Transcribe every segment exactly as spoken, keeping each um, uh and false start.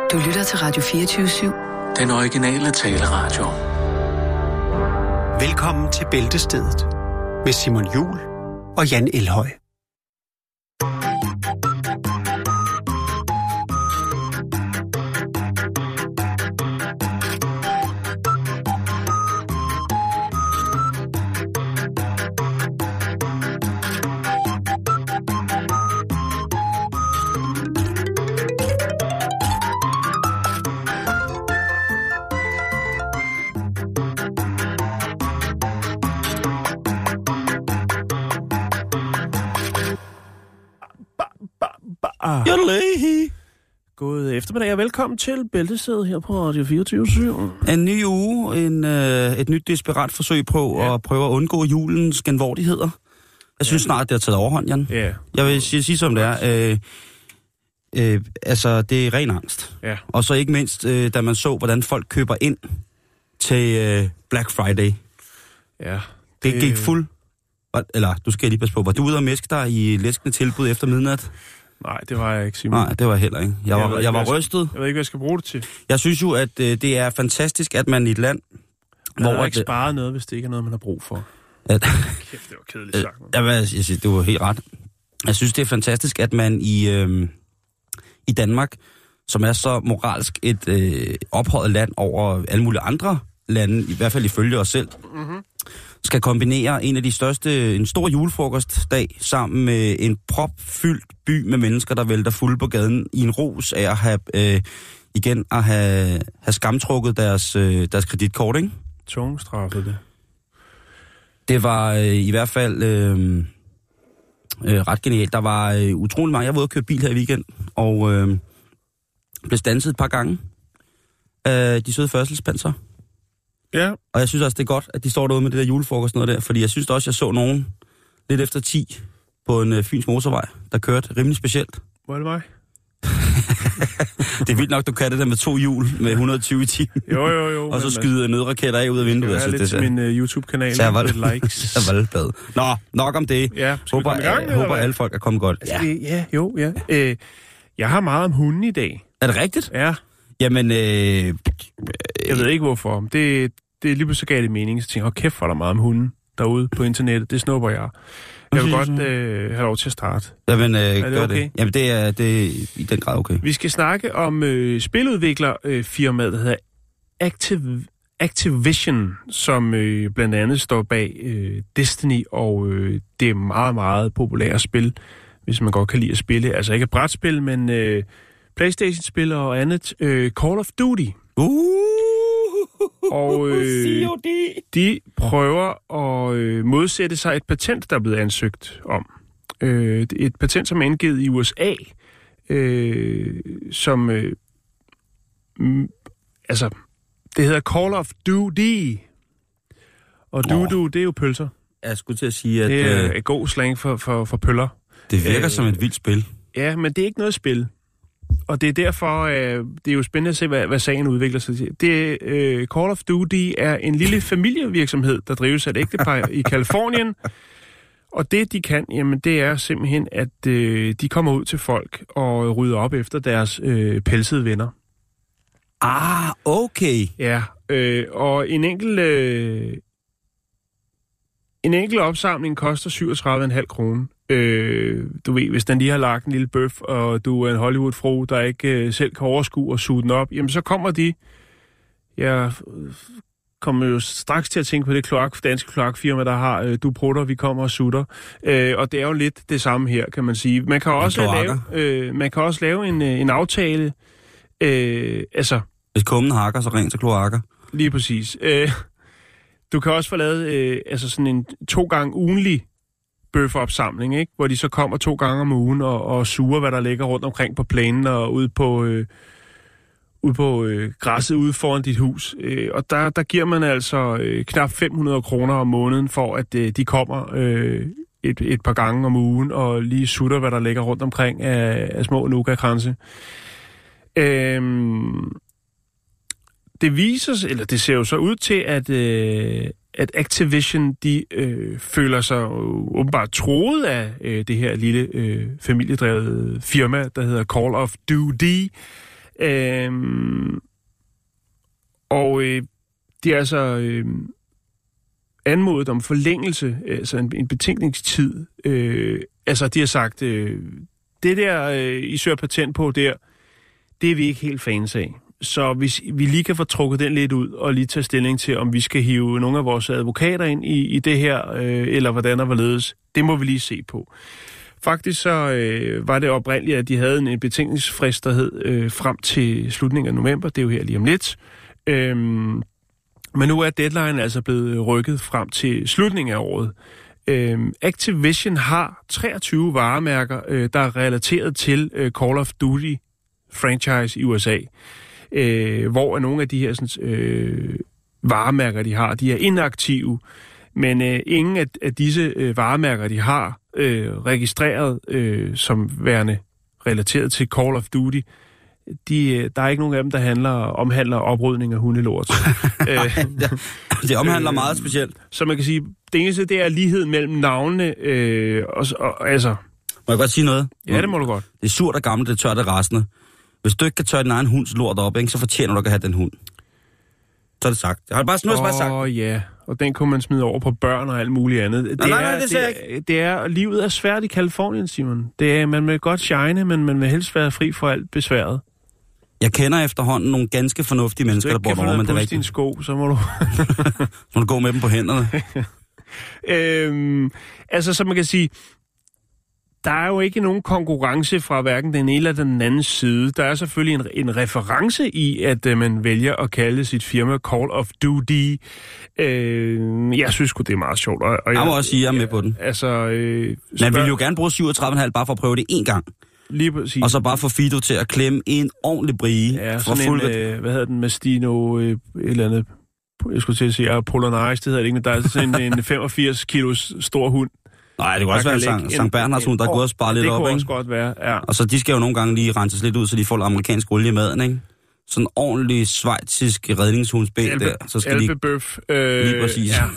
Du lytter til Radio fireogtyve syv. Den originale taleradio. Velkommen til Bæltestedet med Simon Juhl og Jan Elhøj. God eftermiddag og velkommen til Bæltestedet her på Radio fireogtyve syv. En ny uge, en, øh, et nyt desperat forsøg på ja. at prøve at undgå julens genvordigheder. Jeg synes ja. snart, det har taget overhånd, Jan. Ja. Jeg vil sige, sige som det er. Øh, øh, altså, det er ren angst. Ja. Og så ikke mindst, øh, da man så, hvordan folk køber ind til øh, Black Friday. Ja. Det, det gik fuld... Eller, du skal lige passe på. Var du ude og mæske dig i læskende tilbud efter midnat? Nej, det var jeg ikke, Simon. Nej, det var jeg heller ikke. Jeg, jeg var, ikke, jeg var jeg rystet. Jeg ved ikke, hvad jeg skal bruge det til. Jeg synes jo, at øh, det er fantastisk, at man i et land... Man hvor har ikke sparet noget, hvis det ikke er noget, man har brug for. At, Kæft, det var kedeligt sagt. Jeg, jeg, jeg siger, det var helt ret. Jeg synes, det er fantastisk, at man i, øh, i Danmark, som er så moralsk et øh, ophøjet land over alle mulige andre lande, i hvert fald ifølge os selv, mm-hmm. skal kombinere en af de største, en stor julefrokostdag, sammen med en propfyldt by med mennesker, der vælter fulde på gaden i en ros af at have, øh, igen, at have, have skamtrukket deres, øh, deres kreditkort, ikke? Tungstraffet det. Det var øh, i hvert fald øh, øh, ret genialt. Der var øh, utrolig mange. Jeg var ude og køre bil her i weekend, og øh, blev standset et par gange af de søde færdselspanser. Ja. Og jeg synes også, det er godt, at de står derude med det der julefrokost noget der, fordi jeg synes også, jeg så nogen lidt efter ti på en uh, Fyns motorvej, der kørte rimelig specielt. Hvor er det mig? Det er vildt nok, du kan det der med to hjul med et hundrede og tyve i timen. Jo, jo, jo. Og så skyde altså, nødraketter af ud af vinduet. Jeg har lidt til min uh, YouTube-kanal med lidt likes. Valgbad. Nå, nok om det. Ja, håber, i gang, jeg håber alle folk er kommet godt. Ja, ja jo, ja. Øh, jeg har meget om hunden i dag. Er det rigtigt? Ja. Jamen, øh, jeg ved ikke hvorfor. Det Det er lige pludselig galt i mening, så tænker jeg, oh, kæft, for der meget om hunden derude på internettet. Det snupper jeg. Jeg vil godt øh, have lov til at starte. Jamen, øh, er det gør okay? det. Jamen, det er, det er i den grad okay. Vi skal snakke om øh, spiludviklerfirmaet, der hedder Activ- Activision, som øh, blandt andet står bag øh, Destiny, og øh, det er meget, meget populære spil, hvis man godt kan lide at spille. Altså ikke brætspil, men øh, PlayStation-spil og andet. Øh, Call of Duty. Uh! Og øh, de prøver at øh, modsætte sig et patent, der er blevet ansøgt om. Øh, et patent, som er indgivet i U S A, øh, som... Øh, mm, altså, det hedder Call of Duty. Og oh. du, det er jo pølser. Jeg skulle til at sige, at... Det er øh, god slang for, for, for pøller. Det virker øh, som et vildt spil. Ja, men det er ikke noget spil. Og det er derfor, øh, det er jo spændende at se, hvad, hvad sagen udvikler sig til. Det, øh, Call of Duty er en lille familievirksomhed, der drives af et ægtepar i Kalifornien. Og det, de kan, jamen, det er simpelthen, at øh, de kommer ud til folk og rydder op efter deres øh, pelsede venner. Ah, okay. Ja, øh, og en enkelt, øh, en enkelt opsamling koster syvogtredive komma fem kroner. Øh, du ved, hvis den lige har lagt en lille bøf, og du er en Hollywood-fro, der ikke øh, selv kan overskue og suge den op, jamen så kommer de. Jeg kommer jo straks til at tænke på det kloak, danske kloakfirma, der har øh, du prutter, vi kommer og sutter. Øh, og det er jo lidt det samme her, kan man sige. Man kan også lave, øh, man kan også lave en, en aftale. Øh, altså, hvis kummen hakker, så ring til kloakker. Lige præcis. Øh, du kan også få lavet øh, altså sådan en to gange ugenlig bøfferopsamling, ikke? Hvor de så kommer to gange om ugen og, og suger, hvad der ligger rundt omkring på plænen og ude på, øh, ude på øh, græsset ude foran dit hus. Øh, og der, der giver man altså øh, knap fem hundrede kroner om måneden for, at øh, de kommer øh, et, et par gange om ugen og lige sutter, hvad der ligger rundt omkring af, af små nougatkranse. Øh, det viser sig, eller det ser jo så ud til, at øh, at Activision, de øh, føler sig åbenbart troet af øh, det her lille øh, familiedrevet firma, der hedder Call of Duty. Øhm, og øh, de er altså øh, anmodet om forlængelse, altså en, en betænkningstid. Øh, altså, de har sagt, øh, det der, øh, I søger patent på der, det er vi ikke helt fans af. Så hvis vi lige kan få trukket den lidt ud, og lige tage stilling til, om vi skal hive nogle af vores advokater ind i, i det her, øh, eller hvordan og hvorledes, det må vi lige se på. Faktisk så øh, var det oprindeligt, at de havde en betænkningsfrist, der hed øh, frem til slutningen af november. Det er jo her lige om lidt. Øhm, men nu er deadline altså blevet rykket frem til slutningen af året. Øhm, Activision har treogtyve varemærker, øh, der er relateret til øh, Call of Duty franchise i U S A. Øh, hvor nogle af de her sådan, øh, varemærker, de har, de er inaktive. Men øh, ingen af, af disse øh, varemærker, de har øh, registreret øh, som værende relateret til Call of Duty, de, øh, der er ikke nogen af dem, der handler, omhandler oprydning af hundelort. øh, det omhandler øh, meget specielt. Så man kan sige, det eneste, det er ligheden mellem navnene. Øh, og, og, altså, må jeg godt sige noget? Ja, det må du godt. Det er surt og gammelt, det er tørt og rasende. Hvis du ikke kan tørre din egen hunds lort op, ikke, så fortjener du ikke at have den hund. Så er det sagt. Jeg har bare, nu har jeg bare sagt. Åh ja, og den kunne man smide over på børn og alt muligt andet. Det, nej, nej, er, nej, det, det, er, det er, livet er svært i Californien, Simon. Det er, man vil godt shine, men man vil helst være fri for alt besværet. Jeg kender efterhånden nogle ganske fornuftige mennesker, der bor derovre, men det er rigtigt. Dine sko, så må du... så må du gå med dem på hænderne. øhm, altså, så man kan sige... Der er jo ikke nogen konkurrence fra hverken den ene eller den anden side. Der er selvfølgelig en, en reference i, at uh, man vælger at kalde sit firma Call of Duty. Uh, jeg synes sgu, det er meget sjovt. Og, og jeg må jeg, også sige, at jeg er med på den. Altså, uh, man vil jo gerne bruge syvogtredive komma fem bare for at prøve det én gang. Lige præcis. Og så bare få Fido til at klemme en ordentlig brie. Ja, sådan en, uh, hvad hedder den, Mastino, uh, et eller andet, jeg skulle til at sige, uh, Polonaise, det hedder det ikke, men der er sådan en, en femogfirs kilos stor hund. Nej, det kunne også være Sankt Sankt Bernhards hund, der er gået og sparet lidt op, ikke? Det kunne også godt være, ja. Og så de skal jo nogle gange lige renses lidt ud, så de får amerikansk olie i maden, ikke? Sådan en ordentlig schweizisk redningshundsben Alpe, der. Så skal Alpebøf. Øh, lige præcis. Ja.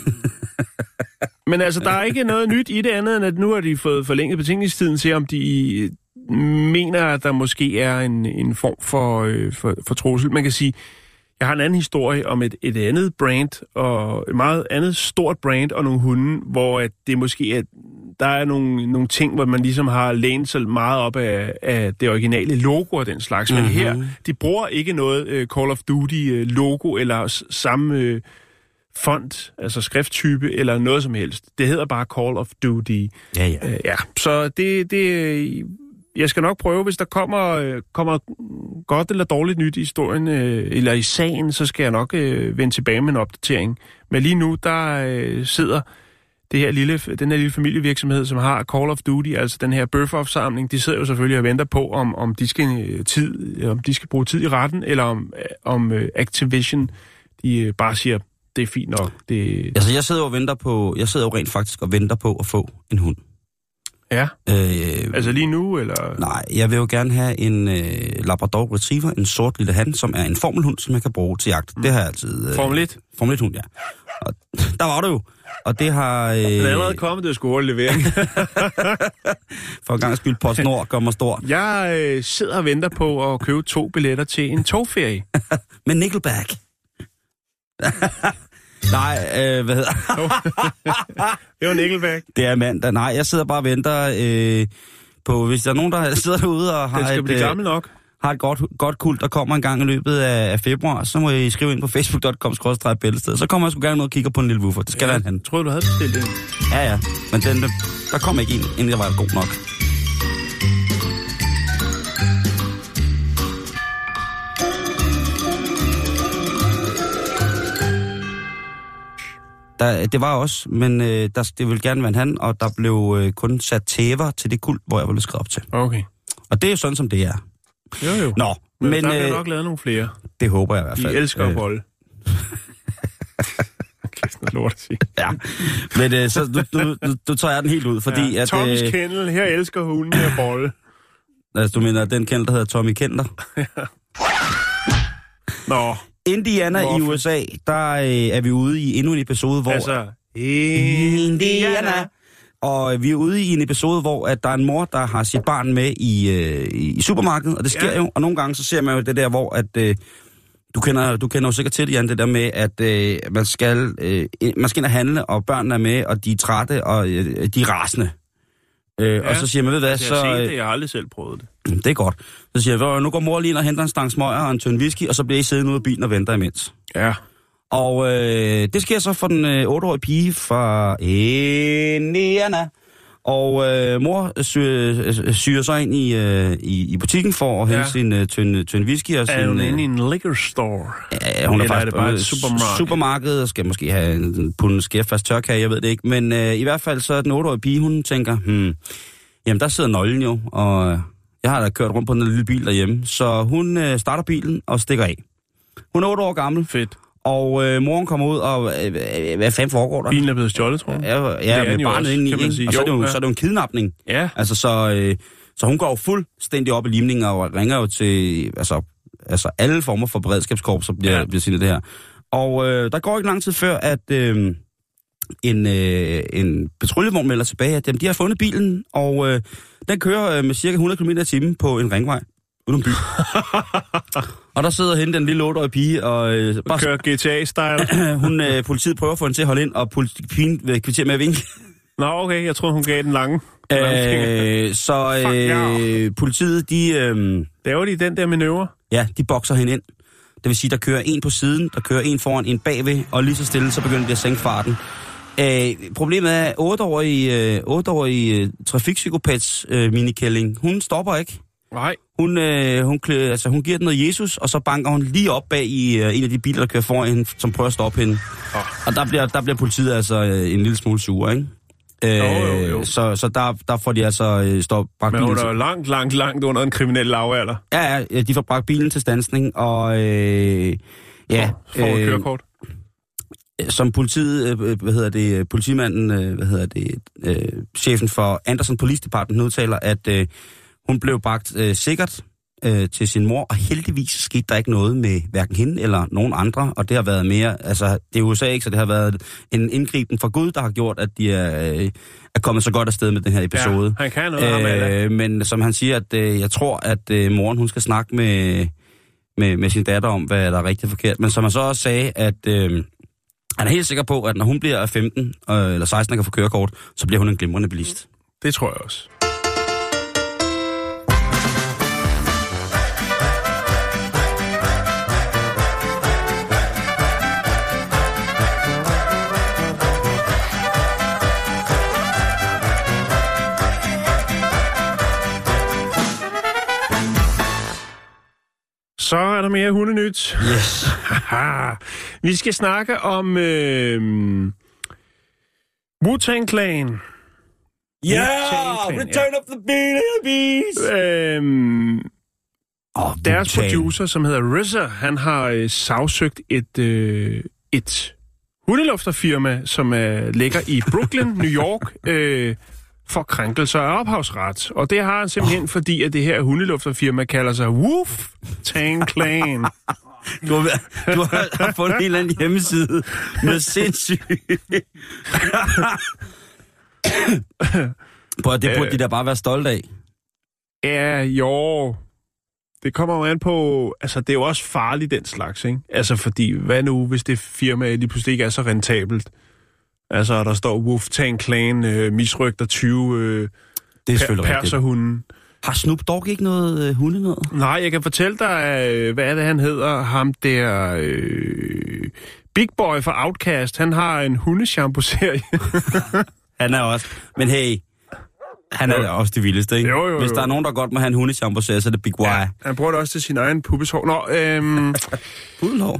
Men altså, der er ikke noget nyt i det andet, end at nu har de fået forlænget betænkningstiden til, om de mener, at der måske er en, en form for, øh, for, for trussel. Man kan sige, jeg har en anden historie om et, et andet brand, og et meget andet stort brand og nogle hunde, hvor at det måske er, der er nogle, nogle ting, hvor man ligesom har lænet sig meget op af, af det originale logo og den slags. Mm-hmm. Men her, de bruger ikke noget uh, Call of Duty uh, logo eller s- samme uh, font, altså skrifttype eller noget som helst. Det hedder bare Call of Duty. Ja, ja. Uh, ja. Så det... det jeg skal nok prøve, hvis der kommer, kommer godt eller dårligt nyt i historien, øh, eller i sagen, så skal jeg nok øh, vende tilbage med en opdatering. Men lige nu, der øh, sidder det her lille, den her lille familievirksomhed, som har Call of Duty, altså den her birth-opsamling, de sidder jo selvfølgelig og venter på, om, om, de, skal, tid, om de skal bruge tid i retten, eller om, om øh, Activision, de øh, bare siger, det er fint nok. Det... Altså, jeg sidder jo og venter på, jeg sidder jo rent faktisk og venter på at få en hund. Ja, øh, altså lige nu, eller? Nej, jeg vil jo gerne have en øh, Labrador Retriever, en sort lille han, som er en formelhund, som jeg kan bruge til jagt. Mm. Det har jeg altid... Øh, Formel et? Formel et hund, ja. Og der var det jo. Og det har... Øh, det er allerede kommet, det skulle hurtigt levering. For en gang skyld PostNord gør mig stor. Jeg øh, sidder og venter på at købe to billetter til en togferie. Med Nickelback. Nej, øh, hvad hedder det var Nickelback. Det er mandag. Nej, jeg sidder bare og venter øh, på, hvis der er nogen, der sidder derude og har Den skal et, blive gammel nok. har et godt, godt kult, der kommer en gang i løbet af, af februar, så må I skrive ind på facebook punktum com skråstreg bæltested. Så kommer jeg sgu gerne ud og kigger på en lille woofer. Det skal ja, være en han. Jeg troede, du havde bestilt en. Ja, ja. Men den, der kom ikke en, inden jeg var god nok. Der, det var også, men øh, der, det ville gerne være en han, og der blev øh, kun sat tæver til det kult, hvor jeg ville skrive op til. Okay. Og det er jo sådan, som det er. Jo, jo. Nå, men, men der øh, bliver nok lavet nogle flere. Det håber jeg i hvert fald. De elsker at bolle. Kæft, noget lort at sige. Ja, men øh, så du, du, du, du tager den helt ud, fordi ja. at... Tommys øh, Kennel, her elsker hunden at bolle. Altså, du mener den kendel, der hedder Tommy Kender? Ja. Nå. Indiana Hvorfor? i U S A, der øh, er vi ude i endnu en episode, hvor... Altså, Indiana. Og vi er ude i en episode, hvor at der er en mor, der har sit barn med i, øh, i supermarkedet, og det sker ja. jo. Og nogle gange så ser man jo det der, hvor at... Øh, du, kender, du kender jo sikkert til det, Jan, det der med, at øh, man, skal, øh, man skal ind og handle, og børnene er med, og de er trætte, og øh, de er rasende. Øh, ja. Og så siger man, ved hvad, så... Jeg har set det, jeg har aldrig selv prøvet det. Det er godt. Så siger jeg, nu går mor lige ind og henter en stang smøger og en tynd whisky, og så bliver I siddende ude af bilen og venter imens. Ja. Og øh, det sker så for den øh, otteårige pige fra Indiana. Og øh, mor syr, syr så ind i, øh, i, i butikken for at hente ja. sin øh, tynd, tynd whisky. Og sin, er hun øh, inde i en liquor store? Ja, hun er Eller faktisk er det bare et supermarked? Supermarked, og skal måske have en pund skærfast tørkage, jeg ved det ikke. Men øh, i hvert fald så er den otteårige pige, hun tænker, hmm, jamen der sidder nøglen jo, og jeg har da kørt rundt på den lille bil derhjemme. Så hun øh, starter bilen og stikker af. Hun er otte år gammel. Fedt. Og øh, moren kommer ud, og øh, hvad fanden foregår der? Bilen er blevet stjålet, tror jeg. Ja, ja med barnet inde i, ikke? Og så er, det jo, ja. så er det jo en kidnapning. Ja. Altså, så, øh, så hun går jo fuldstændig op i limningen og ringer jo til altså, altså alle former for beredskabskorps, så bliver, ja. bliver sindet det her. Og øh, der går ikke lang tid før, at øh, en, øh, en patruljevogn melder tilbage, at dem, de har fundet bilen, og øh, den kører øh, med cirka hundrede kilometer i timen på en ringvej. Uden by. Og der sidder hende, den lille otteårige pige, og... Øh, bare kører G T A-style. hun, øh, politiet prøver at få hende til at holde ind, og politi- pigen vil kvittere med at vinke. Nå, okay, jeg troede, hun gav den lange. Øh, så øh, politiet, de... Øh, Laver de den der manøvre? Ja, de bokser hende ind. Det vil sige, der kører en på siden, der kører en foran, en bagved, og lige så stille, så begynder de at sænke farten. Øh, problemet er, at otteårige, øh, otteårige øh, trafikpsykopats øh, minikælling, hun stopper ikke. Nej. Hun, øh, hun, altså, hun giver den noget Jesus, og så banker hun lige op bag i øh, en af de biler, der kører foran hende, som prøver at stoppe hende. Oh. Og der bliver, der bliver politiet altså øh, en lille smule sur, ikke? Øh, jo, jo, jo. Så, så der, der får de altså øh, stoppet bragt bilen. Men hun er langt, langt, langt under en kriminel lavalder. Ja, ja, de får bragt bilen til standsning, og øh, ja... For, for øh, kørekort. Som politiet, øh, hvad hedder det, politimanden, øh, hvad hedder det, øh, chefen for Anderson Police Department udtaler, at øh, hun blev bragt øh, sikkert øh, til sin mor, og heldigvis skete der ikke noget med hverken hende eller nogen andre, og det har været mere, altså det er U S A ikke, så det har været en indgriben fra Gud, der har gjort, at de er, øh, er kommet så godt afsted med den her episode. Ja, han kan noget, øh, Men som han siger, at øh, jeg tror, at øh, moren, hun skal snakke med, med, med sin datter om, hvad der er rigtig forkert, men som han så også sagde, at øh, han er helt sikker på, at når hun bliver femten øh, eller seksten og kan få kørekort, så bliver hun en glimrende bilist. Det tror jeg også. Så er der mere hundenyt. Yes. Vi skal snakke om øh, Wu-Tang Clan. Ja! Yeah! Return of the Bees! Øhm, oh, deres producer, som hedder R Z A, han har øh, sagsøgt et, øh, et hundelufterfirma, som øh, ligger i Brooklyn, New York, øh, for krænkelser af ophavsret. Og det har han simpelthen, oh. fordi at det her hundelufterfirma kalder sig Wu-Tang Clan. Du har, du har fundet en eller anden hjemmeside med sindssygt. Prøv, det burde de da bare være stolte af. Ja, jo. Det kommer jo an på... Altså, det er jo også farligt, den slags, ikke? Altså, fordi, hvad nu, hvis det firma lige pludselig ikke er så rentabelt? Altså, der står Wu-Tang Clan, øh, misrygter tyve øh, det er per- perserhunden. Har Snoop Dogg ikke noget øh, hunde noget? Nej, jeg kan fortælle dig, øh, hvad er det, han hedder? Ham der... Øh, Big Boy fra Outkast, han har en hundeshampoo-serie. Han er også... Men hey, han er jo også det vildeste, ikke? Jo, jo, jo. Hvis der er nogen, der godt må have en hundeshampoo-serie, så er det Big Y. Ja, han bruger det også til sin egen pubeshår. Nå, øhm... Pudelhår?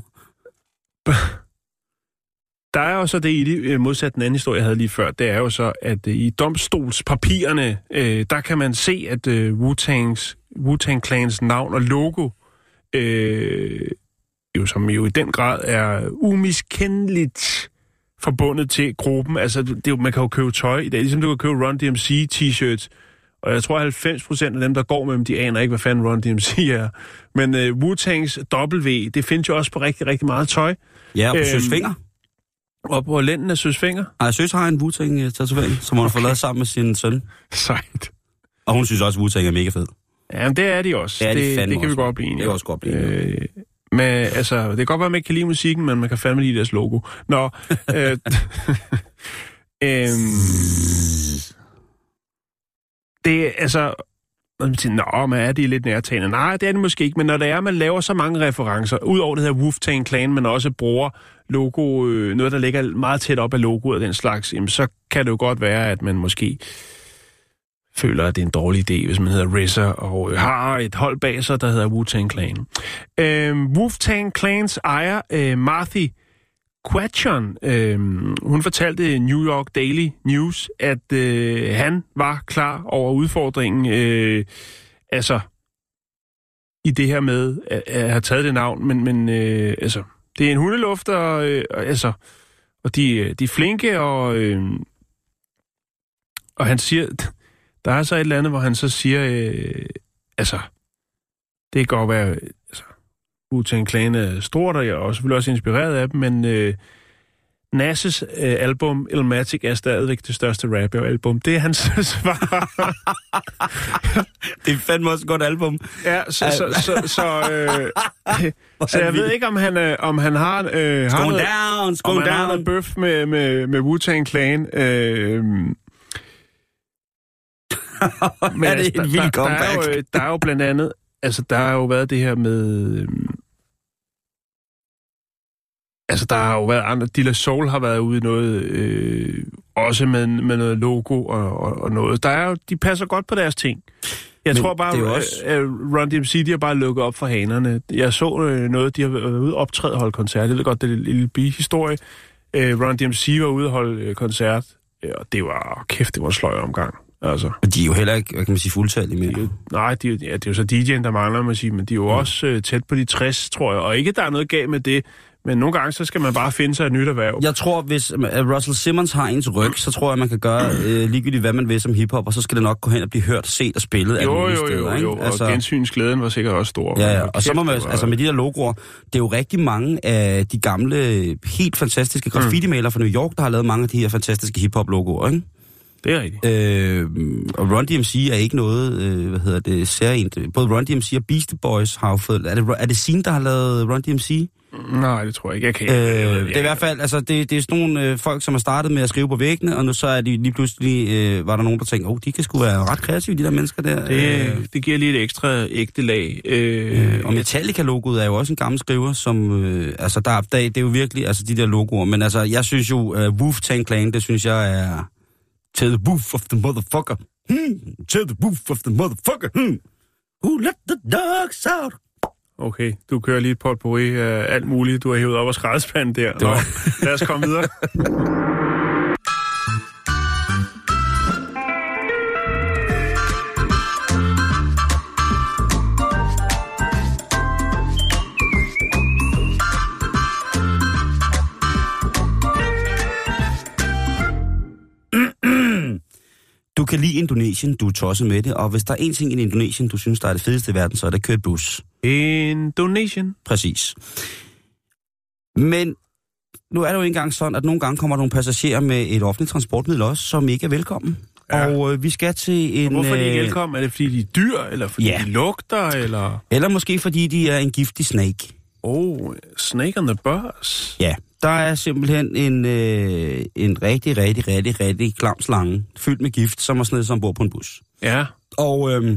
Der er jo så det i det, modsat den anden historie, jeg havde lige før, det er jo så, at i domstolspapirerne, øh, der kan man se, at øh, Wu-Tangs, Wu-Tang Clans navn og logo, øh, jo, som jo i den grad er umiskendeligt forbundet til gruppen. Altså, det er jo, man kan jo købe tøj i dag, ligesom du kan købe Run D M C t-shirts, og jeg tror, at halvfems procent af dem, der går med dem, de aner ikke, hvad fanden Run D M C er. Men øh, Wu-Tangs W, det findes jo også på rigtig, rigtig meget tøj. Ja, og på øhm, søsfinger. Og på lænden af Søs Fenger? Nej, Søs har en Wu-Tang-tatovering, som hun okay. har fået lavet sammen med sin søn. Sejt. Og hun synes også, at Wu-Tang er mega fed. Ja, men det er de også. Det, er de det, det kan også. vi godt blive enige. Det kan også godt blive enige. Øh, men altså, det kan godt være, at man ikke kan lide musikken, men man kan fandme lide deres logo. Nå, øh, øhm, det er altså... Nå, men er de lidt nærtagende? Nej, det er det måske ikke, men når det er, man laver så mange referencer, udover det her Wu-Tang Clan, men også bruger logo, øh, noget, der ligger meget tæt op af logoet og den slags, jamen, så kan det jo godt være, at man måske føler, at det er en dårlig idé, hvis man hedder R Z A og har et hold bag sig, der hedder Wu-Tang Clan. Øh, Wu-Tang Clans ejer øh, Marthy Quatchon, øh, hun fortalte New York Daily News, at øh, han var klar over udfordringen, øh, altså i det her med at, at have taget det navn, men, men øh, altså, det er en hundeluft, og, øh, altså, og de, de er flinke, og, øh, og han siger, der er så et eller andet, hvor han så siger, øh, altså, det kan godt være, altså, Wu-Tang Clan er stort, og jeg er også, selvfølgelig også inspireret af dem, men øh, Nas' øh, album Illmatic er stadigvæk det største rap-album. Det er hans svar. Det er fandme også et godt album. Ja, så, så, så, så, øh, så jeg ved ikke, om han, øh, om han har, øh, har noget, down, om han down. har noget bøf med, med, med Wu-Tang Clan. Øh, men er det altså, et vildt der, der, er jo, der er jo blandt andet, altså der har jo været det her med... Øh, altså der har jo været andre... De La Soul har været ude i noget... Øh, også med, med noget logo og, og, og noget. Der er jo, de passer godt på deres ting. Jeg Men tror bare, at også... Run D M C, de har bare lukket op for hanerne. Jeg så øh, noget, de har været ude optræde og holde koncert. Det er godt, det er en lille bi-historie. Øh, Run D M C var ude og holde øh, koncert, og det var... Kæft, det var en sløj omgang. Altså. De er jo heller ikke, hvad kan man sige, fuldtallige med. De, nej, de, ja, det er jo så D J'en, der mangler, man sige, men de er jo mm. også øh, tæt på de tres, tror jeg. Og ikke, der er noget galt med det, men nogle gange, så skal man bare finde sig et nyt erhverv. Jeg tror, hvis Russell Simmons har ens ryg, så tror jeg, man kan gøre øh, ligegyldigt, hvad man vil som hiphop, og så skal det nok gå hen og blive hørt, set og spillet. Jo, jo, steder, jo, jo, altså, og gensynsglæden var sikkert også stor. Ja, ja. Og så må man, altså med de der logoer, det er jo rigtig mange af de gamle, helt fantastiske graffiti-malere fra New York, der har lavet mange af de her fantastiske hiphop-logoer, ikke? Det er rigtigt. Øh, og Run D M C er ikke noget, øh, hvad hedder det, særligt. Både Run D M C og Beastie Boys har jo fået... Er det, er det Scene, der har lavet Run D M C? Nej, det tror jeg ikke. Jeg kan ikke. Øh, det er i hvert fald, altså, det, det er sådan nogle øh, folk, som har startet med at skrive på væggene, og nu så er de lige pludselig, øh, var der nogen, der tænkte, åh, oh, de kan sgu være ret kreative, de der mennesker der. Det, øh, det giver lige et ekstra ægte lag. Øh, øh, og Metallica-logoet er jo også en gammel skriver, som, øh, altså, der, der, det er jo virkelig, altså, de der logoer, men altså, jeg synes jo, uh, Wu-Tang Clan, det synes jeg er... Tell the woof of the motherfucker. Hmm. Tell the woof of the motherfucker. Hmm. Who let the dogs out? Okay, du kører lige et potpourri af alt muligt. Du har hævet op af skraldespanden der. Nå, lad os komme videre. Du kan lide Indonesien, du er tosset med det, og hvis der er en ting i Indonesien, du synes, der er det fedeste i verden, så er det at køre bus. Indonesien? Præcis. Men nu er det jo engang sådan, at nogle gange kommer der nogle passagerer med et offentligt transportmiddel også, som ikke er velkommen. Ja. Og øh, vi skal til en... Og hvorfor er de ikke øh... velkommen? Er det fordi de er dyr, eller fordi ja. de lugter, eller... Eller måske fordi de er en giftig snake. Oh, snake on the bus. Ja, der er simpelthen en, øh, en rigtig, rigtig, rigtig, rigtig klam slange, fyldt med gift, som er snedet sig ombord på en bus. Ja. Og... Øh,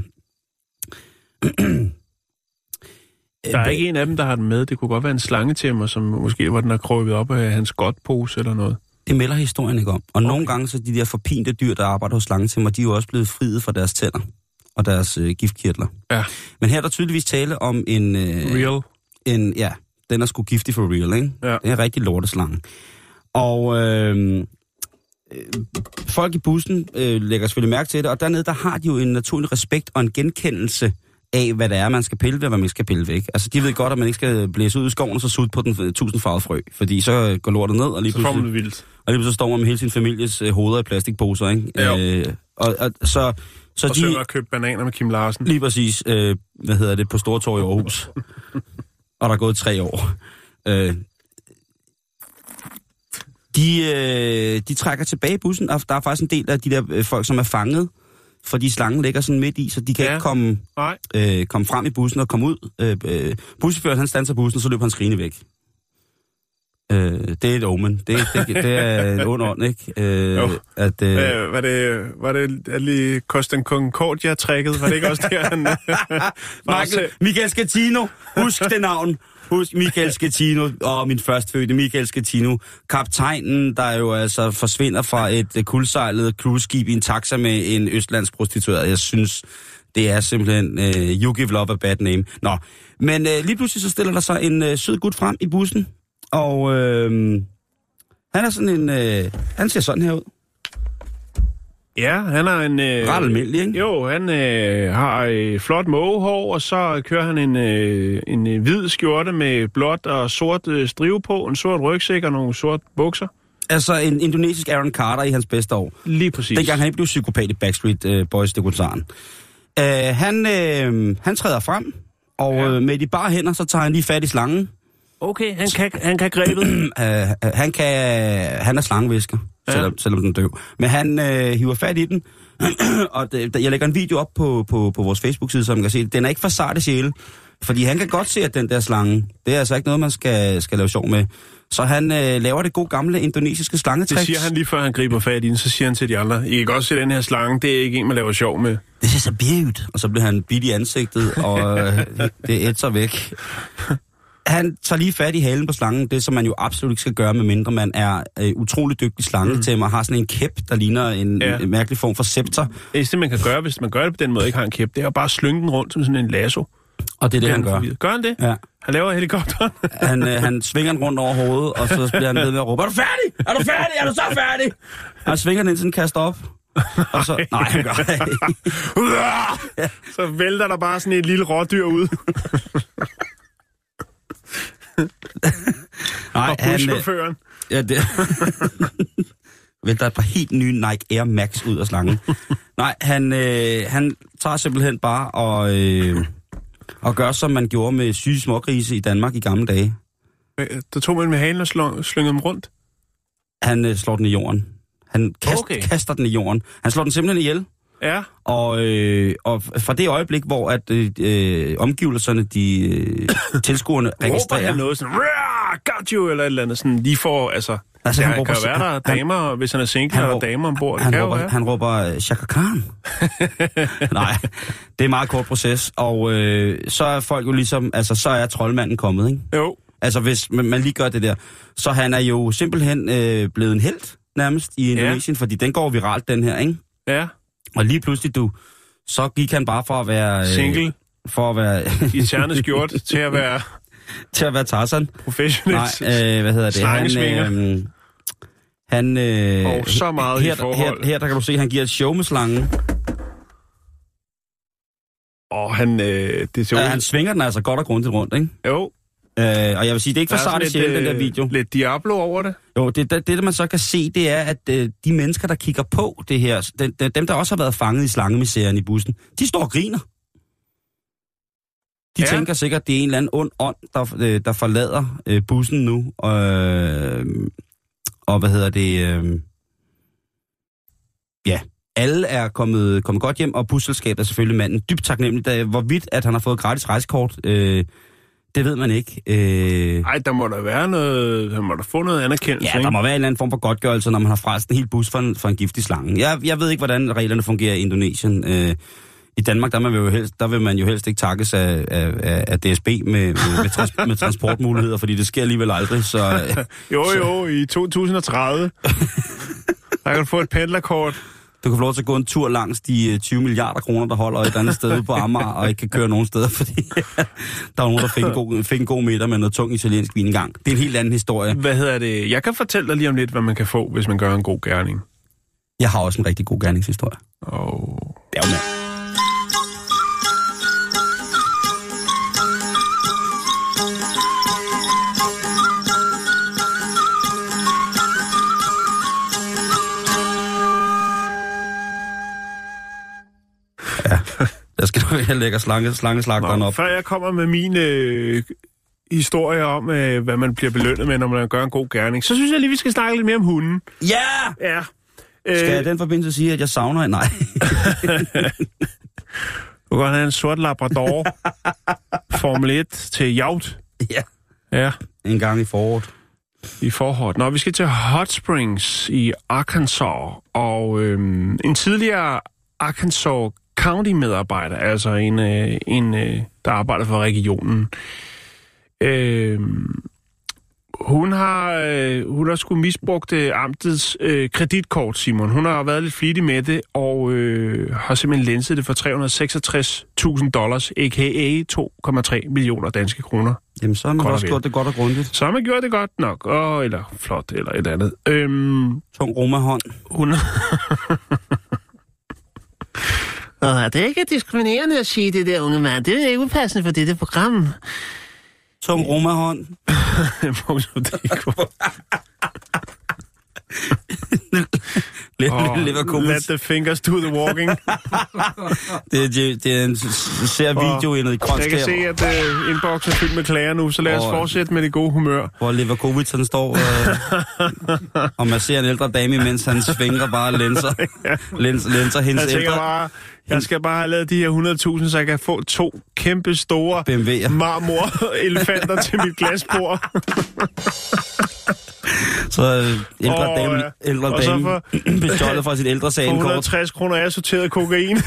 der er ikke en af dem, der har den med. Det kunne godt være en slangetæmmer, som måske var den der krøbet op af hans godtpose eller noget. Det melder historien ikke om. Og okay. Nogle gange så de der forpinte dyr, der arbejder hos slangetæmmer, de er jo også blevet friet fra deres tænder og deres øh, giftkirtler. Ja. Men her er der tydeligvis tale om en... Øh, real? En, ja, den er sgu giftig for real, ikke? Ja. Det er en rigtig lorteslange. Og øh, øh, folk i bussen øh, lægger selvfølgelig mærke til det, og dernede, der har de jo en naturlig respekt og en genkendelse af, hvad det er, man skal pille ved, og hvad man ikke skal pille væk. Altså, de ved godt, at man ikke skal blæse ud i skoven og så sutte på den tusindfarvede frø, fordi så går lortet ned, og lige pludselig... Så kommer det vildt. Og lige pludselig står man med hele sin families øh, hoveder i plastikposer, ikke? Øh, og, og, så, så og de... synger og købe bananer med Kim Larsen. Lige præcis, øh, hvad hedder det, på Stortorv i Aarhus. Og der er gået tre år. Øh, De, øh, de trækker tilbage i bussen, og der er faktisk en del af de der øh, folk, som er fanget, fordi slangen ligger sådan midt i, så de kan ja. ikke komme, øh, komme frem i bussen og komme ud. Øh, øh, buschaufføren, han standser bussen, og så løber han skrigende væk. Øh, det er et omen. Det, det, det er en ond ånd, ikke? Øh, at, øh, øh, var det, var det lige Costa Concordia-trækket? Var det ikke også der, han... Michael, Michael Schettino, husk det navn. Husk Michael Schettino, og min førstfødte Michael Schettino. Kaptajnen, der jo altså forsvinder fra et kuldsejlet cruiseskib i en taxa med en østlandsk prostitueret. Jeg synes, det er simpelthen uh, you give love a bad name. Nå, men uh, lige pludselig så stiller der sig en uh, sød gut frem i bussen, og uh, han er sådan en... Uh, han ser sådan her ud. Ja, han har en... Øh, Ret almindelig, ikke? Jo, han øh, har øh, flot mågehår, og så kører han en, øh, en øh, hvid skjorte med blåt og sort øh, strive på, en sort rygsæk og nogle sort bukser. Altså en indonesisk Aaron Carter i hans bedste år. Lige præcis. Dengang han blev psykopat i Backstreet øh, Boys-dokumentaren. Uh, han, øh, han træder frem, og ja. øh, med de bare hænder, så tager han lige fat i slangen. Okay, han kan, han kan grebet. uh, han, kan, han er slangevisker, ja. selvom, selvom den er døv. Men han øh, hiver fat i den, og det, jeg lægger en video op på, på, på vores Facebook-side, så man kan se, den er ikke for sarte sjæle. Fordi han kan godt se, at den der slange, det er altså ikke noget, man skal, skal lave sjov med. Så han øh, laver det gode gamle indonesiske slangetræk. Det siger han lige før han griber fat i den, så siger han til de andre, I kan godt se den her slange, det er ikke en, man laver sjov med. Det er så beaut. Og så bliver han bidt i ansigtet, og øh, det ætser væk. Han tager lige fat i halen på slangen, det som man jo absolut ikke skal gøre, medmindre man er øh, utrolig dygtig slangetæmmer, mm. og har sådan en kæp, der ligner en, ja. en mærkelig form for scepter. Det er man kan gøre, hvis man gør det på den måde, ikke har en kæp, det er jo bare at slynge den rundt som sådan en lasso. Og det er det, han gør. Gør han det? Ja. Han laver helikopteren. han, øh, han svinger den rundt over hovedet, og så bliver han ved med at råbe, er du færdig? Er du færdig? Er du så færdig? Han svinger den, indtil den kaster op. Og så, nej, han gør det ikke. Så vælter der bare sådan et lille rådyr ud. Nej, og buschaufføren. Ja, det... vælter et par helt nye Nike Air Max ud af slangen. Nej, han, øh, han tager simpelthen bare og... Øh, Og gør, som man gjorde med syge smågrise i Danmark i gamle dage. Der tog man med halen og slå, slyngede dem rundt? Han øh, slår den i jorden. Han kast, okay. kaster den i jorden. Han slår den simpelthen ihjel. Ja. Og, øh, og fra det øjeblik, hvor at, øh, omgivelserne, de øh, tilskuerne registrerer... Råber han noget sådan, got you, eller et eller andet, sådan lige for, altså... Altså, han, han kan jo være, der er damer, han, hvis han er single, er der damer ombord. Han, han, råber, han råber, Chaka Khan. Nej, det er en meget kort proces, og øh, så er folk jo ligesom, altså, så er troldmanden kommet, ikke? Jo. Altså, hvis man, man lige gør det der. Så han er jo simpelthen øh, blevet en helt nærmest i Indonesien, ja. Fordi den går viralt, den her, ikke? Ja. Og lige pludselig, du, så gik han bare for at være... Øh, single. For at være... I tjernet skjort til at være... til at være Tarzan. Professionel. Nej, øh, hvad hedder det? Slangesvinger. Han, øh, han øh, og så meget her, i forhold. Her, her, der kan du se, at han giver et show med slangen. Og han... Øh, det ja, han svinger den altså godt og grundigt rundt, ikke? Jo. Øh, og jeg vil sige, det er ikke for sarte sjæl, den der video. Lidt Diablo over det. Jo, det, det, det man så kan se, det er, at øh, de mennesker, der kigger på det her, de, de, dem, der også har været fanget i slangemisæren i bussen, de står og griner. De ja. tænker sikkert, at det er en eller anden ond ånd, der, der forlader øh, bussen nu. Øh, og hvad hedder det? Øh, ja, alle er kommet, kommet godt hjem, og busselskabet er selvfølgelig manden dybt taknemmelig. Da, hvorvidt, at han har fået gratis rejsekort, øh, det ved man ikke. Nej, øh, der må der være noget, der må der få noget anerkendelse. Ja, der må være en eller anden form for godtgørelse, når man har frelst en hel bus for en, for en giftig slange. Jeg, jeg ved ikke, hvordan reglerne fungerer i Indonesien. Øh, I Danmark, der, man vil jo helst, der vil man jo helst ikke takkes af, af, af D S B med, med, med, trans, med transportmuligheder, fordi det sker alligevel aldrig. Så, jo, så. jo, i to tusind og tredive. Der kan du få et pendlerkort. Du kan få lov til at gå en tur langs de tyve milliarder kroner, der holder et andet sted ude på Amager, og ikke kan køre nogen steder, fordi der er nogen, der fik en god, fik en god meter med noget tung italiensk vin engang. Det er en helt anden historie. Hvad hedder det? Jeg kan fortælle dig lige om lidt, hvad man kan få, hvis man gør en god gerning. Jeg har også en rigtig god gerningshistorie. Åh. Oh. Det er jo med. Ja, der skal du have lægger slange, slangeslagteren op. Før jeg kommer med min øh, historier om, øh, hvad man bliver belønnet med, når man gør en god gerning, så synes jeg lige, vi skal snakke lidt mere om hunden. Ja! Ja. Skal jeg i den forbindelse sige, at jeg savner en? Nej. Du kan godt have en sort labrador. Formel et til yacht. Ja. Ja. En gang i foråret. I forhold. Nå, vi skal til Hot Springs i Arkansas, og øhm, en tidligere Arkansas County-medarbejder, altså en, øh, en øh, der arbejder for regionen, øh, hun har, øh, hun har sgu misbrugt øh, amtets øh, kreditkort, Simon. Hun har været lidt flittig med det, og øh, har simpelthen lænset det for tre hundrede og seksogtres tusind dollars, a k a to komma tre millioner danske kroner. Jamen, så har man Godt også og gjort det godt og grundigt. Så har man gjort det godt nok, oh, eller flot, eller et andet. Øhm, Tung romahånd. hun Åh, det er ikke diskriminerende at sige det der, unge mand. Det er ikke upassende for dette program. Tung romahånd. Oh, let the fingers do the walking. det, det, det er en ser video i noget grønt. Jeg kan se, at uh, inboxen er fyldt med klager nu, så lad os oh, fortsætte med det gode humør. Hvor Leverkovic han står øh, og man ser en ældre dame, mens hans fingre bare lænser, ja. lænser, lænser hendes jeg ældre. Bare, jeg skal bare have lavet de her hundrede tusind, så jeg kan få to kæmpe store B M W'er. marmor-elefanter til mit glasbord. Så øh, ældre oh, dame, ja. ældre dame for, bestjålet fra sit ældre sagen. For hundrede og tres kroner assorteret kokain.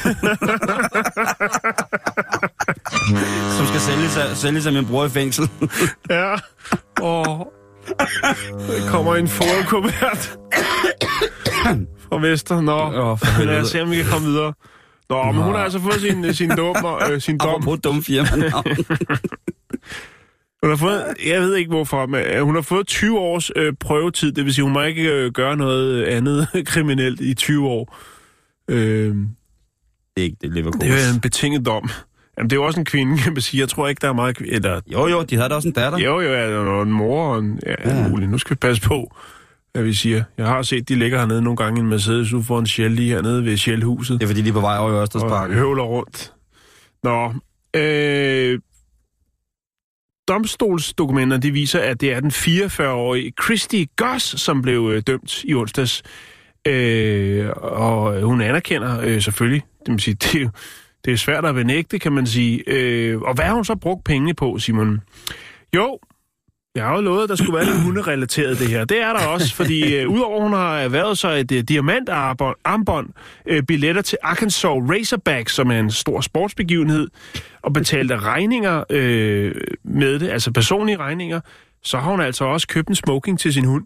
Som skal sælge sig, sælge sig med en bror i fængsel. Ja. Og der kommer en fodkuvert fra Vester. Nå, oh, lad os se, om vi kan komme videre. Nå, men hun har altså fået sin, sin, dom, øh, sin dom. Apropos dum firma. Hun har fået, jeg ved ikke hvorfor, men hun har fået tyve års øh, prøvetid. Det vil sige, hun må ikke øh, gøre noget andet kriminelt i tyve år. Øh, det er ikke det, Leverkusen. Det er en betinget dom. Jamen, det er jo også en kvinde, kan man sige. Jeg tror ikke, der er meget... Eller... Jo, jo, de havde da også en datter. Jo, jo, ja, og en mor og en... Ja, ja. Muligt. Nu skal vi passe på, hvad vi siger. Jeg har set, de ligger hernede nogle gange i en Mercedes ude for en Shell lige hernede ved Shell-huset. Det er fordi, de er på vej over i Ørstedsparken. Og høvler rundt. Nå, øh... domstolsdokumenter, de viser, at det er den fireogfyrre-årige Christy Goss, som blev øh, dømt i onsdags. Øh, og hun anerkender øh, selvfølgelig, det, vil sige, det, er jo, det er svært at benægte, kan man sige. Øh, og hvad har hun så brugt penge på, Simon? Jo, jeg har jo lovet, at der skulle være lidt hunderelateret det her. Det er der også, fordi øh, udover hun har erhvervet sig et øh, diamantarmbånd, øh, billetter til Arkansas Razorbacks, som er en stor sportsbegivenhed, og betalte regninger øh, med det, altså personlige regninger, så har hun altså også købt en smoking til sin hund.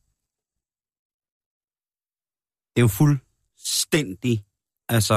Det er jo fuldstændig, altså...